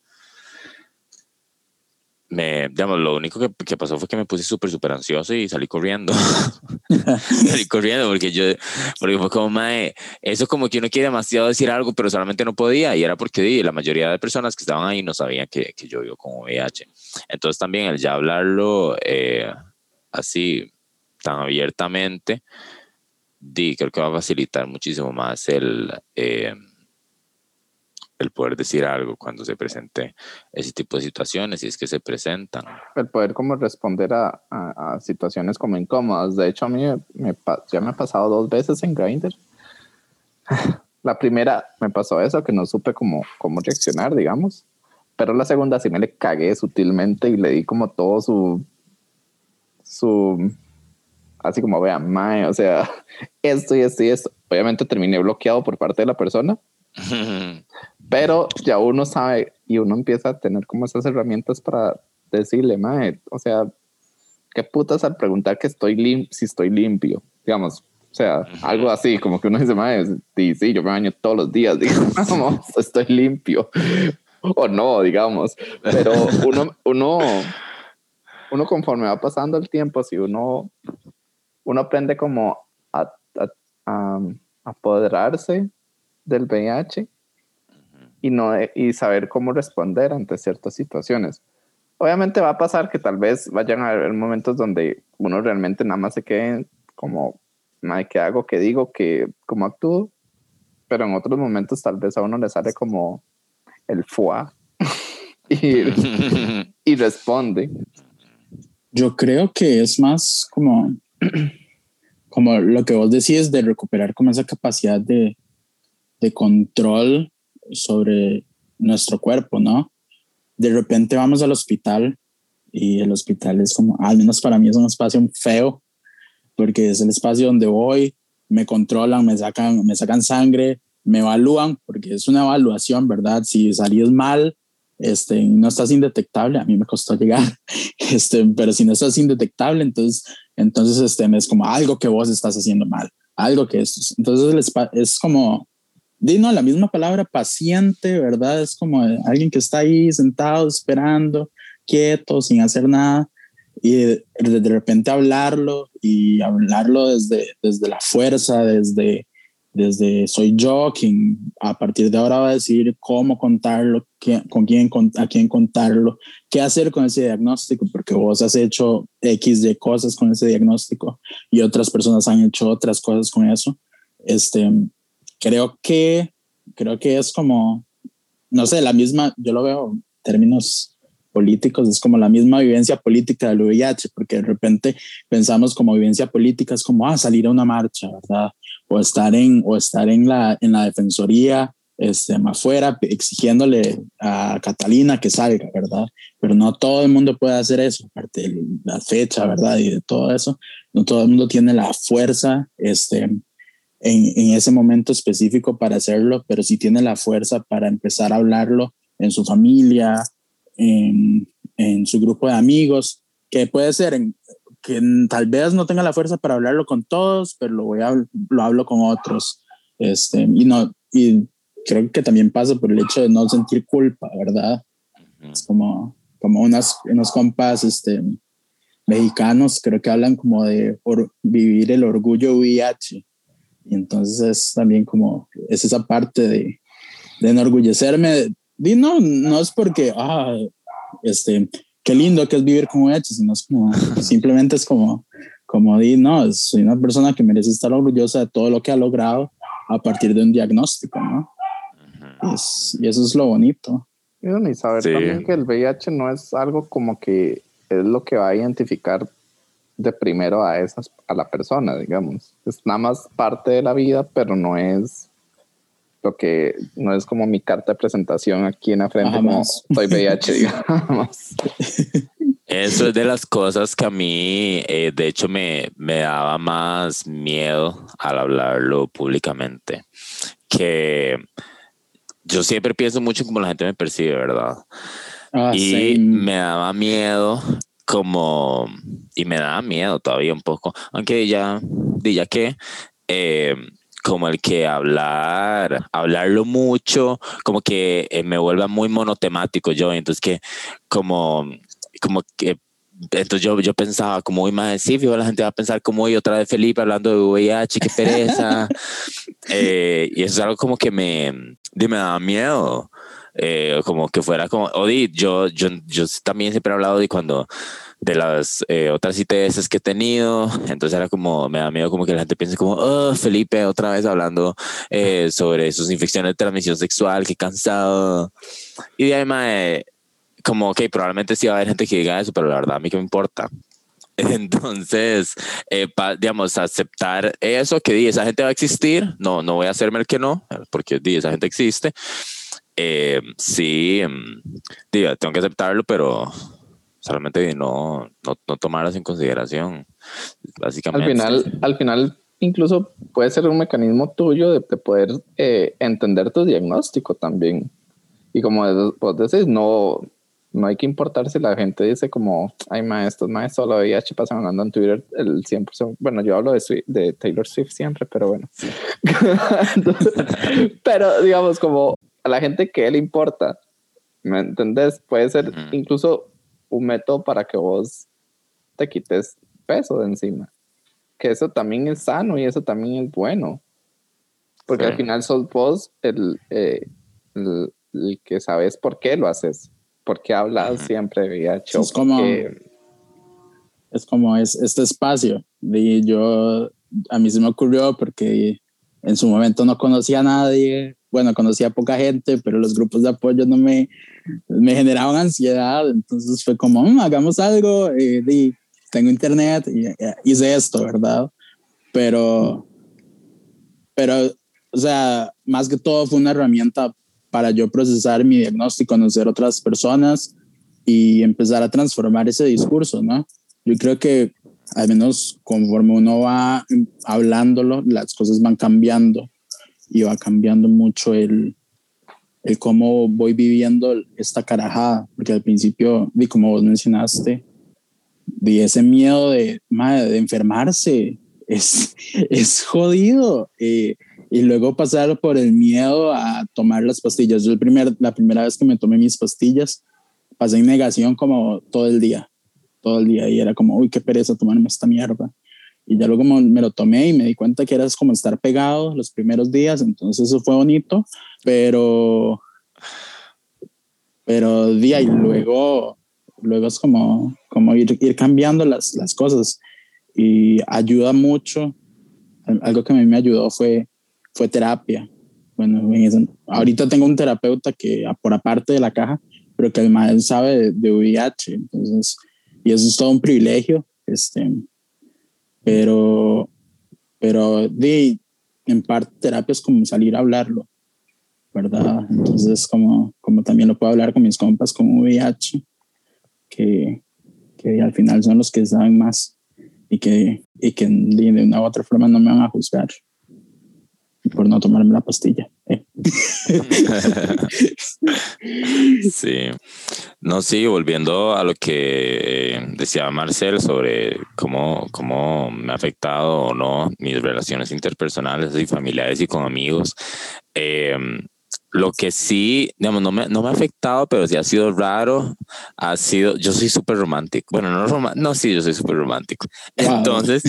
Me, digamos, lo único que, que pasó fue que me puse súper, súper ansioso y salí corriendo. Salí corriendo porque yo, porque fue como, mae, eso como que uno quiere demasiado decir algo, pero solamente no podía, y era porque di, la mayoría de personas que estaban ahí no sabían que, que yo vivo con V I H. Entonces también el ya hablarlo eh, así, tan abiertamente, di, creo que va a facilitar muchísimo más el... Eh, el poder decir algo cuando se presente ese tipo de situaciones, si es que se presentan. El poder como responder a, a, a situaciones como incómodas. De hecho, a mí me, me, ya me ha pasado dos veces en Grindr. La primera me pasó eso, que no supe cómo, cómo reaccionar, digamos. Pero la segunda sí me le cagué sutilmente y le di como todo su... su así como, vean, mae, o sea, esto y esto y esto. Obviamente terminé bloqueado por parte de la persona. Pero ya uno sabe y uno empieza a tener como esas herramientas para decirle, mae, o sea, qué putas al preguntar que estoy lim si estoy limpio, digamos, o sea, algo así, como que uno dice, mae, sí, sí, yo me baño todos los días, digamos, estoy limpio, o no, digamos, pero uno, uno, uno conforme va pasando el tiempo, si uno, uno aprende como a, a, a, a apoderarse del V I H, y, no, y saber cómo responder ante ciertas situaciones. Obviamente va a pasar que tal vez vayan a haber momentos donde uno realmente nada más se quede como, madre, ¿qué hago? ¿Qué digo? ¿Qué, ¿Cómo actúo? Pero en otros momentos tal vez a uno le sale como el fuá y, y responde. Yo creo que es más como, como lo que vos decís de recuperar como esa capacidad de, de control sobre nuestro cuerpo, ¿no? De repente vamos al hospital y el hospital es como, al menos para mí es un espacio feo, porque es el espacio donde voy, me controlan, me sacan, me sacan sangre, me evalúan, porque es una evaluación, ¿verdad? Si salís mal, este, no estás indetectable, a mí me costó llegar, este, pero si no estás indetectable, entonces, entonces este, es como algo que vos estás haciendo mal, algo que es, entonces es como, Dino, la misma palabra paciente, ¿verdad? Es como alguien que está ahí sentado, esperando, quieto, sin hacer nada. Y de, de repente hablarlo y hablarlo desde, desde la fuerza, desde, desde soy yo quien a partir de ahora va a decidir cómo contarlo, qué, con quién, a quién contarlo, qué hacer con ese diagnóstico, porque vos has hecho X de cosas con ese diagnóstico y otras personas han hecho otras cosas con eso. Este, creo que, creo que es como, no sé, la misma, yo lo veo en términos políticos, es como la misma vivencia política del V I H, porque de repente pensamos como vivencia política es como ah, salir a una marcha, ¿verdad? O estar en, o estar en, la, en la defensoría este, afuera exigiéndole a Catalina que salga, ¿verdad? Pero no todo el mundo puede hacer eso, aparte de la fecha, ¿verdad? Y de todo eso, no todo el mundo tiene la fuerza este, en, en ese momento específico para hacerlo, pero sí tiene la fuerza para empezar a hablarlo en su familia, en, en su grupo de amigos, que puede ser en, que tal vez no tenga la fuerza para hablarlo con todos, pero lo, voy a, lo hablo con otros. Este, y, no, y creo que también pasa por el hecho de no sentir culpa, ¿verdad? Es como, como unas, unos compas este, mexicanos, creo que hablan como de or, vivir el orgullo V I H. Y entonces es también como, es esa parte de, de enorgullecerme. Y no, no es porque, ah, este, qué lindo que es vivir con V I H, sino es como, simplemente es como, como di, no, soy una persona que merece estar orgullosa de todo lo que ha logrado a partir de un diagnóstico, ¿no? Y, es, y eso es lo bonito. Y bueno, y saber sí. también que el V I H no es algo como que es lo que va a identificar de primero a esas, a la persona, digamos. Es nada más parte de la vida, pero no es lo que, no es como mi carta de presentación aquí en la frente, Ajá, como más. Soy V I H, digamos. Eso es de las cosas que a mí, eh, de hecho, me, me daba más miedo al hablarlo públicamente. Que yo siempre pienso mucho en cómo la gente me percibe, ¿verdad? Ah, y same. Me daba miedo como, y me daba miedo todavía un poco, aunque ya, ya que, eh, como el que hablar, hablarlo mucho, como que eh, me vuelva muy monotemático yo, entonces que como, como que, entonces yo, yo pensaba como, más sí, la gente va a pensar como hoy otra vez Felipe hablando de V I H, qué pereza, eh, y eso es algo como que me, me daba miedo. Eh, como que fuera como Odi, yo, yo, yo también siempre he hablado de cuando de las eh, otras I T S que he tenido, entonces era como, me da miedo como que la gente piense como, oh, Felipe otra vez hablando eh, sobre sus infecciones de transmisión sexual, qué cansado, y de además eh, como, ok, probablemente sí va a haber gente que diga eso, pero la verdad a mí qué me importa. Entonces, eh, pa, digamos, aceptar eso, que di, esa gente va a existir, no, no voy a hacerme el que no, porque di, esa gente existe. Eh, sí, digo, tengo que aceptarlo, pero solamente no, no, no tomarlas en consideración, básicamente. Al final, al final incluso puede ser un mecanismo tuyo de, de poder eh, entender tu diagnóstico también. Y como vos decís, no, no hay que importar si la gente dice como, ay, maestros, maestros, lo V I H pasan hablando en Twitter el cien por ciento. Bueno, yo hablo de, Swift, de Taylor Swift siempre, pero bueno. Entonces, pero digamos, como a la gente que le importa, ¿me entendés? Puede ser uh-huh. incluso un método para que vos te quites peso de encima. Que eso también es sano y eso también es bueno. Porque sí. al final sos vos el, eh, el, el que sabes por qué lo haces. Por qué hablas uh-huh. siempre de V I H. Es como, es como es, este espacio. Y yo, a mí se me ocurrió porque en su momento no conocía a nadie. Bueno, conocía a poca gente, pero los grupos de apoyo no me, me generaban ansiedad. Entonces fue como, mmm, hagamos algo. Eh, y tengo internet y eh, hice esto, ¿verdad? Pero, pero, o sea, más que todo fue una herramienta para yo procesar mi diagnóstico, conocer otras personas y empezar a transformar ese discurso, ¿no? Yo creo que al menos conforme uno va hablándolo, las cosas van cambiando y va cambiando mucho el, el cómo voy viviendo esta carajada, porque al principio, y como vos mencionaste, de ese miedo de, madre, de enfermarse, es, es jodido. Eh, y luego pasar por el miedo a tomar las pastillas. Yo el primer, la primera vez que me tomé mis pastillas, pasé en negación como todo el día, todo el día, y era como, uy, qué pereza tomarme esta mierda. Y ya luego me lo tomé y me di cuenta que era como estar pegado los primeros días, entonces eso fue bonito, pero, pero día y luego, luego es como, como ir, ir cambiando las, las cosas y ayuda mucho. Algo que a mí me ayudó fue, fue terapia. Bueno, en eso, ahorita tengo un terapeuta que por aparte de la caja, pero que además sabe de, de V I H, entonces, y eso es todo un privilegio, este, pero, pero de, en parte terapia es como salir a hablarlo, ¿verdad? Entonces como, como también lo puedo hablar con mis compas con V I H, que, que al final son los que saben más y que, y que de una u otra forma no me van a juzgar. por no tomarme la pastilla. Eh. Sí. No, sí, volviendo a lo que decía Marcel sobre cómo, cómo me ha afectado o no mis relaciones interpersonales y familiares y con amigos. Eh, lo que sí, digamos, no me, no me ha afectado, pero sí ha sido raro, ha sido, yo soy súper romántico. Bueno, no romántico, no, sí, yo soy súper romántico. Wow. Entonces,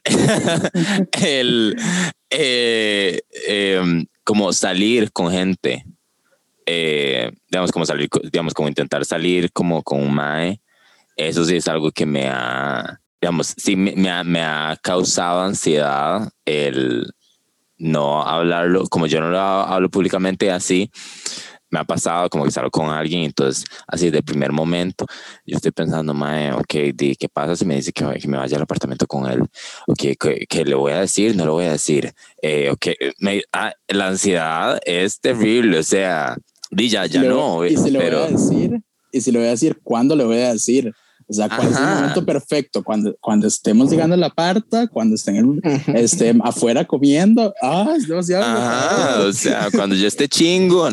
el, eh, eh, como salir con gente, eh, digamos, como salir, digamos, como intentar salir como con un mae, eso sí es algo que me ha, digamos, sí me, me, ha, me ha causado ansiedad el no hablarlo, como yo no lo hablo públicamente así, me ha pasado como que salgo con alguien, entonces así de primer momento yo estoy pensando, mae, ok, di, ¿qué pasa si me dice que, que me vaya al apartamento con él? Ok, ¿qué, qué le voy a decir? No lo voy a decir. Eh, ok, me, ah, la ansiedad es terrible, o sea, di ya, ya no. Y si le voy a decir, y si le voy a decir, ¿cuándo le voy a decir? O sea, ¿cuál Ajá. es el momento perfecto? Cuando, cuando estemos llegando a la parta, cuando estén este, afuera comiendo. Ah, es demasiado. Ajá, o sea, cuando yo esté chingo.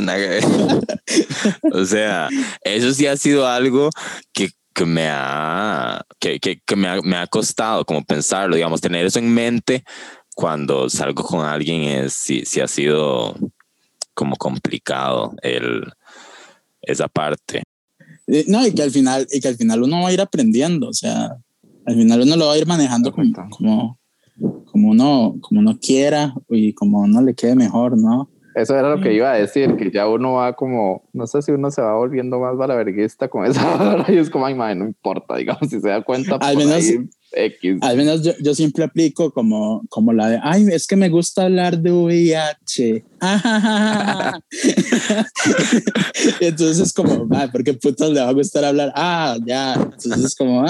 O sea, eso sí ha sido algo que, que me ha, que, que, que me, ha, me ha costado como pensarlo, digamos, tener eso en mente cuando salgo con alguien es, sí, sí ha sido como complicado el, esa parte. No, y que al final, y que al final uno va a ir aprendiendo, o sea, al final uno lo va a ir manejando como, como, como uno, como uno quiera y como uno le quede mejor, ¿no? Eso era lo que iba a decir, que ya uno va como, no sé si uno se va volviendo más balaverguista con esa hora y es como, ay, madre, no importa, digamos, si se da cuenta, al por menos, ahí, X. Al menos yo, yo siempre aplico como, como la de, ay, es que me gusta hablar de V I H. Entonces como, ay, ¿por qué putas le va a gustar hablar? Ah, ya. Entonces como,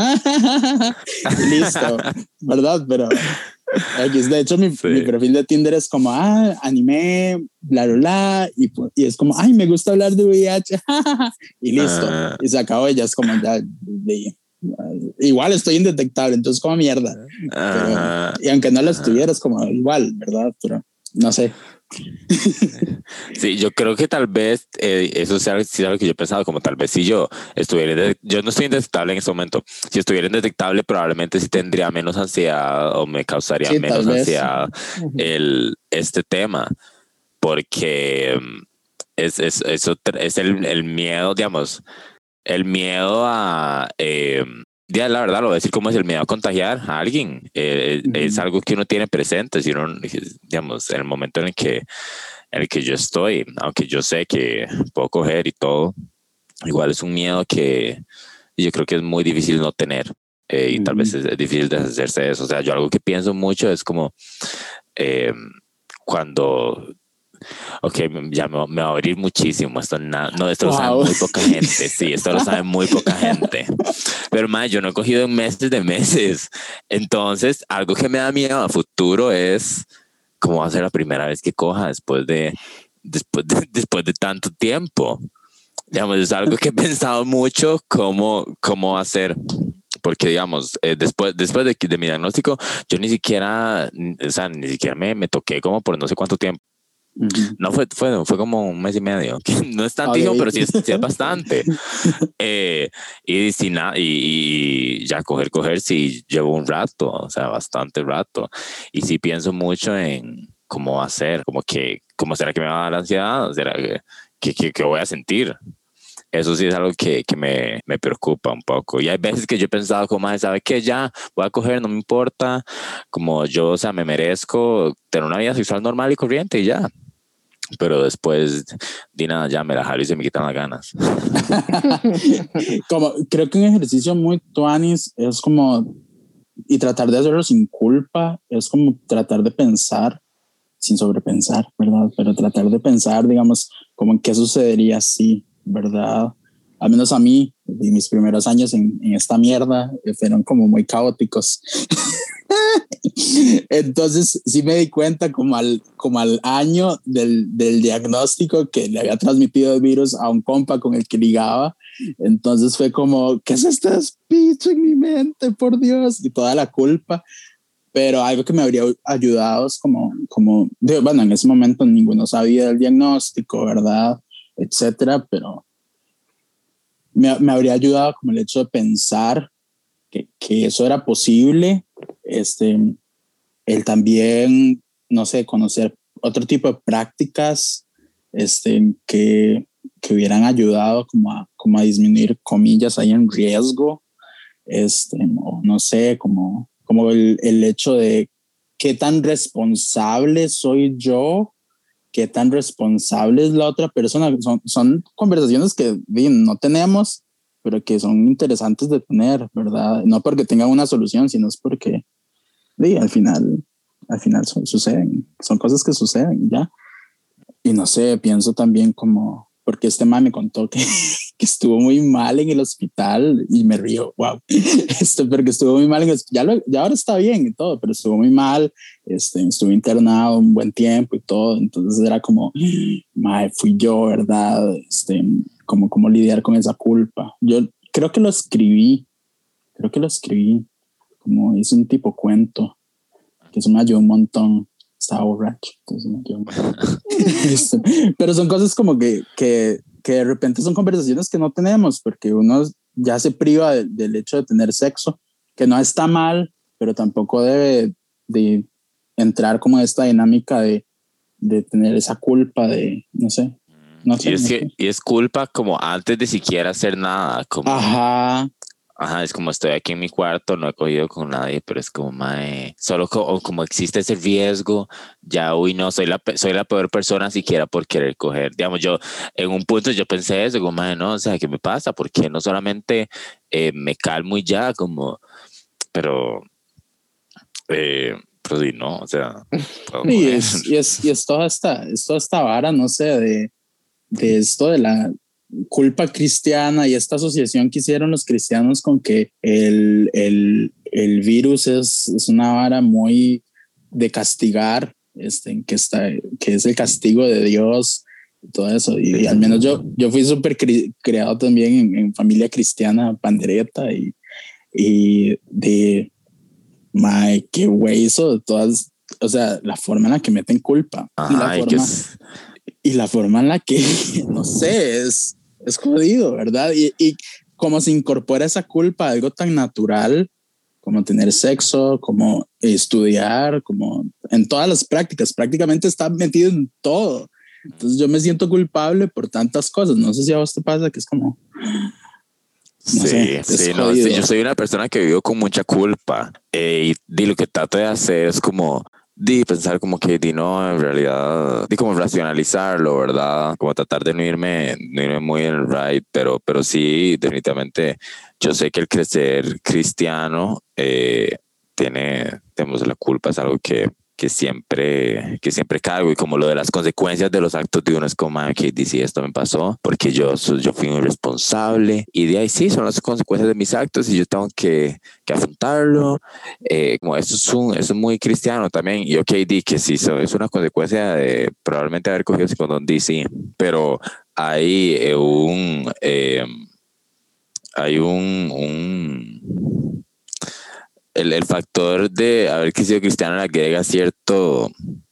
listo, ¿verdad? Pero X, de hecho mi, sí. mi perfil de Tinder es como, ah, anime, bla, bla, bla, y, y es como, ay, me gusta hablar de V I H. Y listo. Uh. Y se acabó, ya es como, ya, de, igual estoy indetectable, entonces como mierda. Pero, y aunque no lo estuvieras, como igual, ¿verdad? Pero no sé. Sí, yo creo que tal vez eh, eso sea algo que yo he pensado, como tal vez si yo estuviera, yo no estoy indetectable en este momento, si estuviera indetectable probablemente sí tendría menos ansiedad o me causaría sí, menos ansiedad uh-huh. el, este tema, porque es, es, es, es el, el miedo, digamos, el miedo a... Eh, ya la verdad lo voy a decir, como es el miedo a contagiar a alguien, eh, uh-huh. es algo que uno tiene presente, si uno, digamos, en el momento en el que en el que yo estoy, aunque yo sé que puedo coger y todo, igual es un miedo que yo creo que es muy difícil no tener, eh, y uh-huh. tal vez es, es difícil deshacerse de eso. O sea, yo algo que pienso mucho es como eh, cuando ok, ya me, me va a abrir muchísimo. Esto, na, no, esto wow. lo sabe muy poca gente. Sí, esto lo sabe muy poca gente. Pero, man, yo no he cogido en meses de meses. Entonces, algo que me da miedo a futuro es cómo va a ser la primera vez que coja después de, después de, después de tanto tiempo. Digamos, es algo que he pensado mucho cómo, cómo hacer. Porque, digamos, eh, después, después de, de mi diagnóstico, yo ni siquiera, o sea, ni siquiera me, me toqué como por no sé cuánto tiempo. Uh-huh. No fue, fue, fue como un mes y medio. No es tantísimo, okay. pero sí es, sí es bastante. eh, y, sin nada, y, y ya coger, coger, sí llevo un rato, o sea, bastante rato. Y sí pienso mucho en cómo hacer, como que, cómo será que me va a dar la ansiedad, será que, que, que, que voy a sentir. Eso sí es algo que, que me, me preocupa un poco. Y hay veces que yo he pensado como, ¿sabes qué? Ya voy a coger, no me importa. Como yo, o sea, me merezco tener una vida sexual normal y corriente y ya. Pero después, de nada, ya me la jalo y se me quitan las ganas. Como, creo que un ejercicio muy tuanis es como, y tratar de hacerlo sin culpa, es como tratar de pensar, sin sobrepensar, ¿verdad? Pero tratar de pensar, digamos, como en qué sucedería si, ¿verdad? Al menos a mí, y mis primeros años en, en esta mierda fueron como muy caóticos. Entonces sí me di cuenta como al, como al año del, del diagnóstico que le había transmitido el virus a un compa con el que ligaba. Entonces fue como, ¿qué es este despicho en mi mente? Por Dios, y toda la culpa. pero algo que me habría ayudado es como, como, bueno, en ese momento ninguno sabía del diagnóstico, ¿verdad? Etcétera, pero me, me habría ayudado como el hecho de pensar que, que eso era posible, este, el también, no sé, conocer otro tipo de prácticas este, que, que hubieran ayudado como a, como a disminuir, comillas, ahí en riesgo, este, o no sé, como, como el, el hecho de qué tan responsable soy yo, qué tan responsable es la otra persona. Son, son conversaciones que bien, no tenemos, pero que son interesantes de tener, ¿verdad? No porque tengan una solución, sino es porque sí, al final, al final son, suceden, son cosas que suceden, ¿ya? Y no sé, pienso también como, porque este man me contó que, que estuvo muy mal en el hospital y me río, wow, este, porque estuvo muy mal en el hospital, ya, lo, ya ahora está bien y todo, pero estuvo muy mal, este, estuve internado un buen tiempo y todo, entonces era como, mae, fui yo, ¿verdad? Este, como, como lidiar con esa culpa. Yo creo que lo escribí, creo que lo escribí, como hice un tipo cuento, que eso me ayudó un montón. Estaba borracho, entonces me ayudó un montón. Pero son cosas como que, que, que de repente son conversaciones que no tenemos, porque uno ya se priva de, del hecho de tener sexo, que no está mal, pero tampoco debe de entrar como esta dinámica de, de tener esa culpa de, no sé. No sé y, es no que, sé. y es culpa como antes de siquiera hacer nada, como... Ajá. Ajá, es como estoy aquí en mi cuarto, no he cogido con nadie, pero es como, mae, solo co o como existe ese riesgo, ya, uy, no, soy la, soy la peor persona siquiera por querer coger. Digamos, yo, en un punto yo pensé eso, como, mae, no, o sea, ¿qué me pasa? Porque no solamente eh, me calmo y ya, como, pero, eh, pero sí, no, o sea, puedo Sí, coger. es, y, es, y es toda esta, es toda esta vara, no sé, de, de esto de la culpa cristiana y esta asociación que hicieron los cristianos con que el, el, el virus es, es una vara muy de castigar, este, que, está, que es el castigo de Dios y todo eso. Y, y al menos yo, yo fui súper cri criado también en, en familia cristiana, pandereta y, y de, my, qué güey, eso de todas, o sea, la forma en la que meten culpa y la Ajá, y que forma es... y la forma en la que, no sé, es, es jodido, ¿verdad? Y, y como se incorpora esa culpa a algo tan natural como tener sexo, como estudiar, como en todas las prácticas, prácticamente está metido en todo. Entonces yo me siento culpable por tantas cosas. No sé si a vos te pasa que es como, no sé, Sí, es sí, no, sí, yo jodido. soy una persona que vivo con mucha culpa eh, y, di, lo que trato de hacer es como di, pensar como que di, no, en realidad, di como racionalizarlo, ¿verdad? Como tratar de no irme, no irme muy en el right, pero, pero sí, definitivamente, yo sé que el crecer cristiano eh, tiene, tenemos la culpa, es algo que que siempre, que siempre cargo y como lo de las consecuencias de los actos de uno es como, que dice esto me pasó porque yo, yo fui un irresponsable y de ahí sí son las consecuencias de mis actos y yo tengo que, que afrontarlo. Eh, como eso es, un, eso es muy cristiano también y ok, di que sí, eso es una consecuencia de probablemente haber cogido psicodón D C, pero hay eh, un, eh, hay un, un el, el factor de haber sido cristiano le agrega cierto,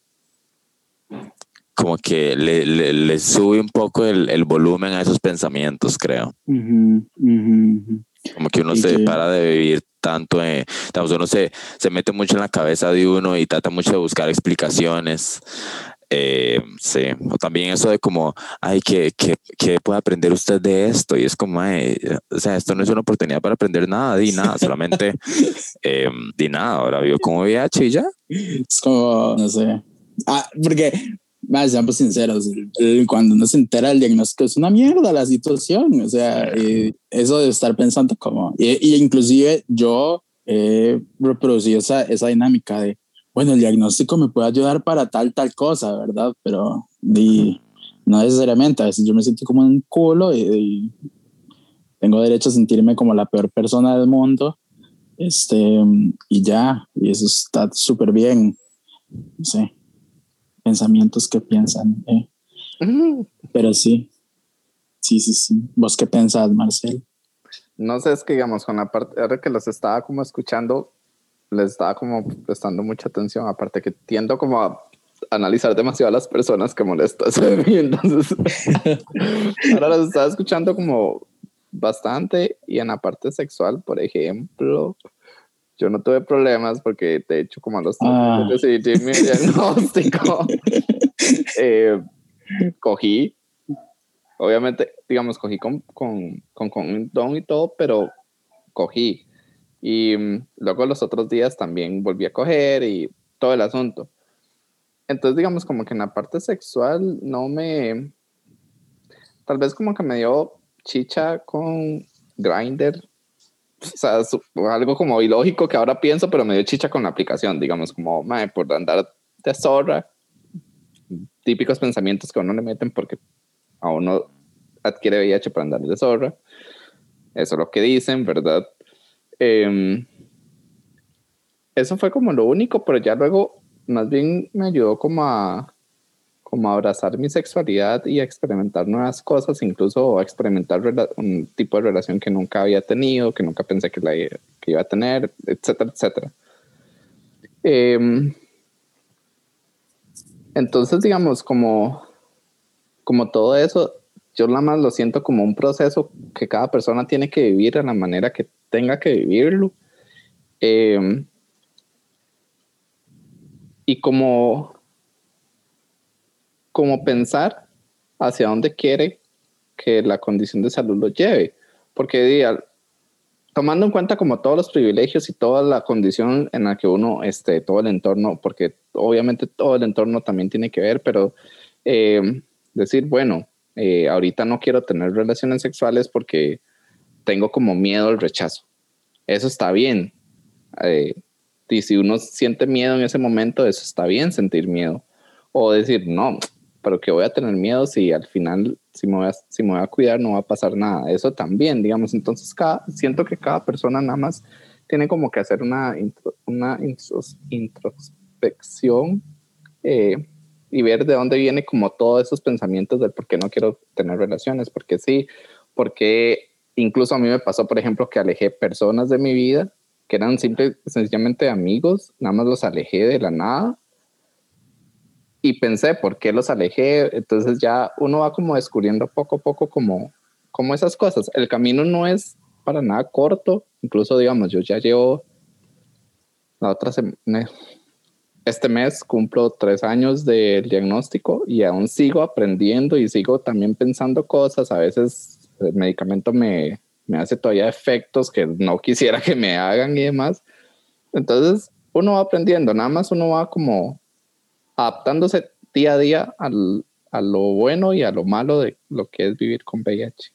como que le, le, le sube un poco el, el, volumen a esos pensamientos, creo. Uh -huh, uh -huh. Como que uno Y se que, para de vivir tanto, en, digamos, uno se, se mete mucho en la cabeza de uno y trata mucho de buscar explicaciones. Eh, sí, o también eso de como, ay, ¿qué, qué, qué puede aprender usted de esto? Y es como, ay, o sea, esto no es una oportunidad para aprender nada, di nada, solamente eh, di nada, ahora vivo como V I H y ya. Es como, no sé, ah, porque, más, seamos sinceros, cuando uno se entera del diagnóstico es una mierda la situación, o sea, y eso de estar pensando como, y, y inclusive yo he reproducido esa, esa dinámica de, bueno, el diagnóstico me puede ayudar para tal, tal cosa, ¿verdad? Pero y, no necesariamente, a veces yo me siento como un culo y, y tengo derecho a sentirme como la peor persona del mundo, este, y ya, y eso está súper bien, no sé, pensamientos que piensan, eh. Pero sí, sí, sí, sí. ¿Vos qué pensás, Marcel? No sé, es que digamos, con la parte, ahora que los estaba como escuchando, les estaba como prestando mucha atención, aparte que tiendo como a analizar demasiado a las personas que molestan de mí, entonces ahora las estaba escuchando como bastante. Y en la parte sexual, por ejemplo, yo no tuve problemas porque de hecho como a los tres Ah. meses recibí mi diagnóstico, eh, cogí, obviamente, digamos, cogí con, con, con condón y todo, pero cogí. Y um, luego los otros días también volví a coger y todo el asunto. Entonces, digamos, como que en la parte sexual no me... Tal vez como que me dio chicha con Grindr. O sea, su, algo como ilógico que ahora pienso, pero me dio chicha con la aplicación, digamos, como, mae, por andar de zorra. Típicos pensamientos que a uno le meten porque a uno adquiere V I H por andar de zorra. Eso es lo que dicen, ¿verdad? Eh, eso fue como lo único, pero ya luego más bien me ayudó como a, como a abrazar mi sexualidad y a experimentar nuevas cosas, incluso a experimentar un tipo de relación que nunca había tenido, que nunca pensé que, la, que iba a tener, etcétera, etcétera. Eh, entonces, digamos, como, como todo eso, yo nada más lo siento como un proceso que cada persona tiene que vivir a la manera que tenga que vivirlo. Eh, y como, como pensar hacia dónde quiere que la condición de salud lo lleve. Porque diga, tomando en cuenta como todos los privilegios y toda la condición en la que uno, este, todo el entorno, porque obviamente todo el entorno también tiene que ver, pero eh, decir, bueno, eh, ahorita no quiero tener relaciones sexuales porque tengo como miedo al rechazo. Eso está bien. Eh, y si uno siente miedo en ese momento, eso está bien, sentir miedo. O decir, no, pero que voy a tener miedo si al final, si me voy a, si me voy a cuidar, no va a pasar nada. Eso también, digamos. Entonces, cada, siento que cada persona nada más tiene como que hacer una, intro, una intros, introspección eh, y ver de dónde viene como todos esos pensamientos del por qué no quiero tener relaciones, porque sí, porque incluso a mí me pasó, por ejemplo, que alejé personas de mi vida que eran simple, sencillamente amigos, nada más los alejé de la nada y pensé por qué los alejé. Entonces ya uno va como descubriendo poco a poco como, como esas cosas. El camino no es para nada corto, incluso digamos, yo ya llevo la otra semana, este mes cumplo tres años del diagnóstico y aún sigo aprendiendo y sigo también pensando cosas. A veces el medicamento me, me hace todavía efectos que no quisiera que me hagan y demás. Entonces uno va aprendiendo, nada más uno va como adaptándose día a día al, a lo bueno y a lo malo de lo que es vivir con V I H.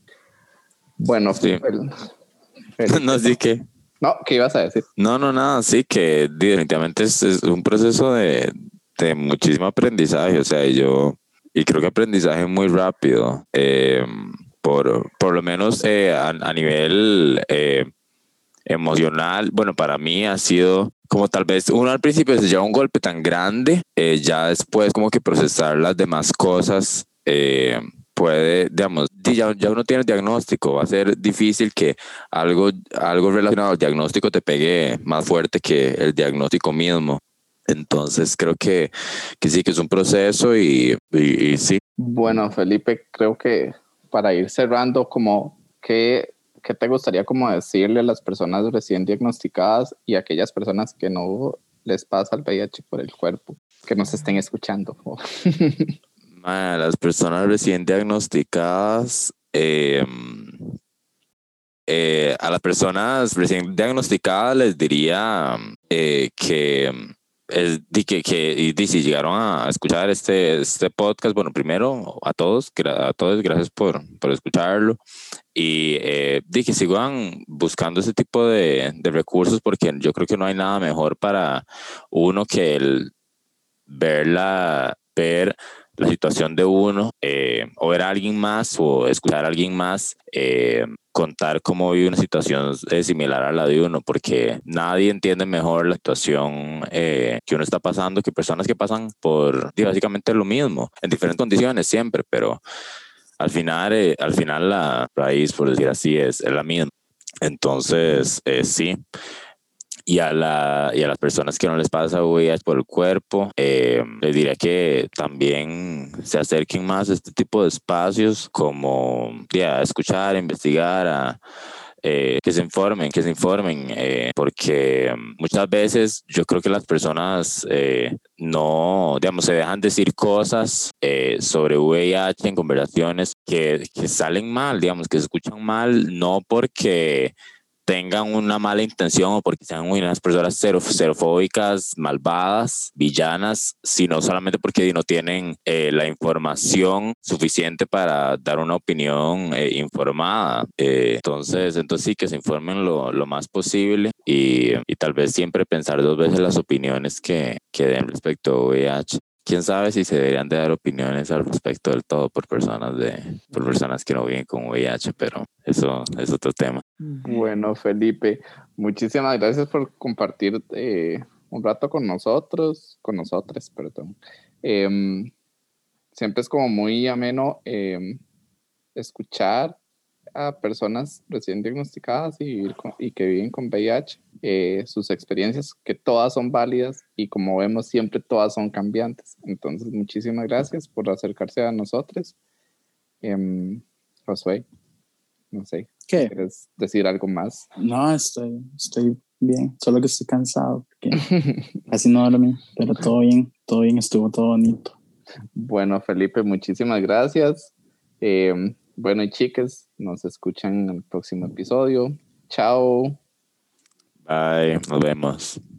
Bueno, sí. el, el, no, sí que... No, ¿qué ibas a decir? No, no, nada, sí que definitivamente es, es un proceso de, de muchísimo aprendizaje, o sea, yo, y creo que aprendizaje muy rápido, eh, por, por lo menos eh, a, a nivel eh, emocional, bueno, para mí ha sido como tal vez uno al principio se lleva un golpe tan grande, eh, ya después como que procesar las demás cosas, eh, puede, digamos, ya, ya uno tiene el diagnóstico, va a ser difícil que algo, algo relacionado al diagnóstico te pegue más fuerte que el diagnóstico mismo. Entonces creo que, que sí, que es un proceso y, y, y sí. Bueno, Felipe, creo que para ir cerrando, como ¿qué, qué te gustaría como decirle a las personas recién diagnosticadas y a aquellas personas que no les pasa el V I H por el cuerpo, que nos estén escuchando? A las personas recién diagnosticadas, eh, eh, a las personas recién diagnosticadas les diría eh, que, es, que, que y, y si llegaron a escuchar este, este podcast, bueno, primero a todos, a todos gracias por, por escucharlo y eh, di que sigan buscando ese tipo de, de recursos porque yo creo que no hay nada mejor para uno que el ver la, ver la situación de uno, eh, o ver a alguien más o escuchar a alguien más eh, contar cómo vive una situación eh, similar a la de uno, porque nadie entiende mejor la situación eh, que uno está pasando que personas que pasan por digo, básicamente lo mismo, en diferentes condiciones siempre, pero al final, eh, al final la raíz, por decir así, es, es la misma. Entonces, eh, sí. Y a, la, y a las personas que no les pasa V I H por el cuerpo, eh, les diría que también se acerquen más a este tipo de espacios, como ya, a escuchar, a investigar, a Eh, que se informen, que se informen, eh, porque muchas veces yo creo que las personas eh, no, digamos, se dejan decir cosas eh, sobre V I H en conversaciones que, que salen mal, digamos, que se escuchan mal, no porque tengan una mala intención o porque sean unas personas xerofóbicas, malvadas, villanas, sino solamente porque no tienen eh, la información suficiente para dar una opinión eh, informada. Eh, entonces, entonces sí, que se informen lo, lo más posible y, y tal vez siempre pensar dos veces las opiniones que, que den respecto a V I H. Quién sabe si se deberían de dar opiniones al respecto del todo por personas de por personas que no viven con V I H, pero eso es otro tema. Bueno, Felipe, muchísimas gracias por compartir eh, un rato con nosotros, con nosotros, perdón. Eh, siempre es como muy ameno eh, escuchar a personas recién diagnosticadas y, vivir con, y que viven con V I H, eh, sus experiencias, que todas son válidas y como vemos siempre todas son cambiantes. Entonces, muchísimas gracias por acercarse a nosotros. Eh, Josué, no sé, ¿Qué? ¿quieres decir algo más? No, estoy, estoy bien, solo que estoy cansado porque casi no dormí, pero todo bien, todo bien, estuvo todo bonito. Bueno, Felipe, muchísimas gracias. Eh, bueno, y chicas, nos escuchan en el próximo episodio. Chao. Bye, nos vemos.